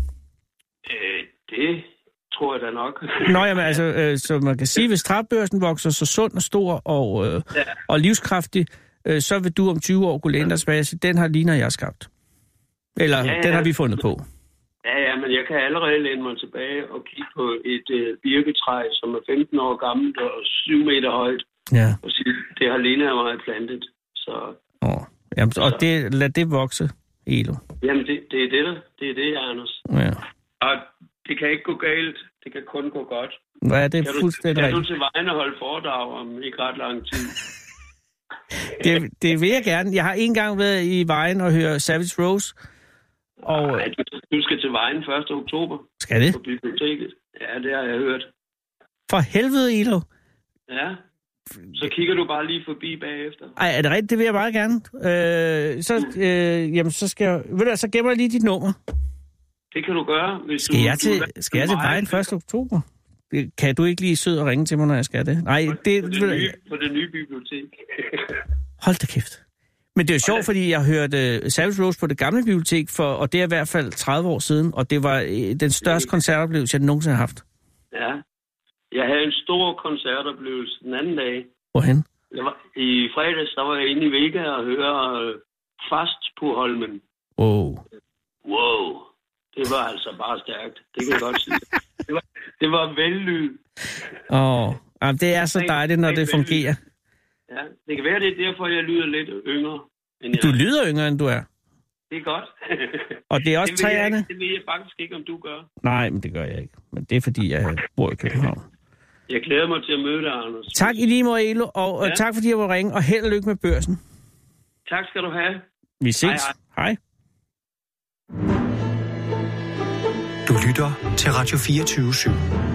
Øh, det... tror jeg da nok. Nå, jamen altså, øh, så man kan sige, hvis træbørsen vokser så sund og stor og, øh, ja. og livskraftig, øh, så vil du om tyve år kunne læne dig tilbage og sige, den har Lina og jeg skabt. Eller, ja, ja. den har vi fundet på. Ja, ja, men jeg kan allerede læne mig tilbage og kigge på et øh, birketræ, som er femten år gammelt og syv meter højt. Ja. Og sige, det har Lina og mig plantet. Så, oh. Jamen, og så. Det, lad det vokse, Elo. Jamen, det, det er det, det er det, Anders. Ja. Og det kan ikke gå galt. Det kan kun gå godt. Hvad er det fuldstændig rigtigt? Kan du til Vejen og holde foredrag om ikke ret lang tid? det, det vil jeg gerne. Jeg har en gang været i Vejen og høre Savage Rose. Og... Nej, du skal til Vejen første oktober. Skal det? På biblioteket. Ja, det har jeg hørt. For helvede, Ilo. Ja. Så kigger du bare lige forbi bagefter. Ej, er det rigtigt? Det vil jeg meget gerne. Øh, så, øh, jamen, så skal jeg... Ved du, så gemmer jeg lige dit nummer. Det kan du gøre. Hvis skal du, jeg til, du, skal jeg til Vejen første oktober? Kan du ikke lige sød og ringe til mig, når jeg skal det? Nej, på, det... På det, nye, på det nye bibliotek. Hold da kæft. Men det er jo sjovt, fordi jeg hørte uh, Savage Rose på det gamle bibliotek, for, og det er i hvert fald tredive år siden, og det var uh, den største koncertoplevelse, jeg nogensinde har haft. Ja. Jeg havde en stor koncertoplevelse den anden dag. Hvorhen? Jeg var, I fredags, der var jeg inde i Vega og høre uh, Fast på Holmen. Wow. Wow. Det var altså bare stærkt. Det kan jeg godt sige. Det var, det var vellyd. Åh, oh, det er så dejligt, når det fungerer. Ja, det kan være, det er derfor, jeg lyder lidt yngre. End jeg Du er. lyder yngre, end du er. Det er godt. Og det er også det ved jeg træerne? ikke- Det ved jeg faktisk ikke, om du gør. Nej, men det gør jeg ikke. Men det er, fordi jeg bor i København. Jeg glæder mig til at møde dig, Anders. Tak i lige måde, Elo, og ja. Ja. tak fordi jeg var ringe, og held og lykke med børsen. Tak skal du have. Vi ses. Hej, hej. Hej. Du lytter til Radio fireogtyve syv.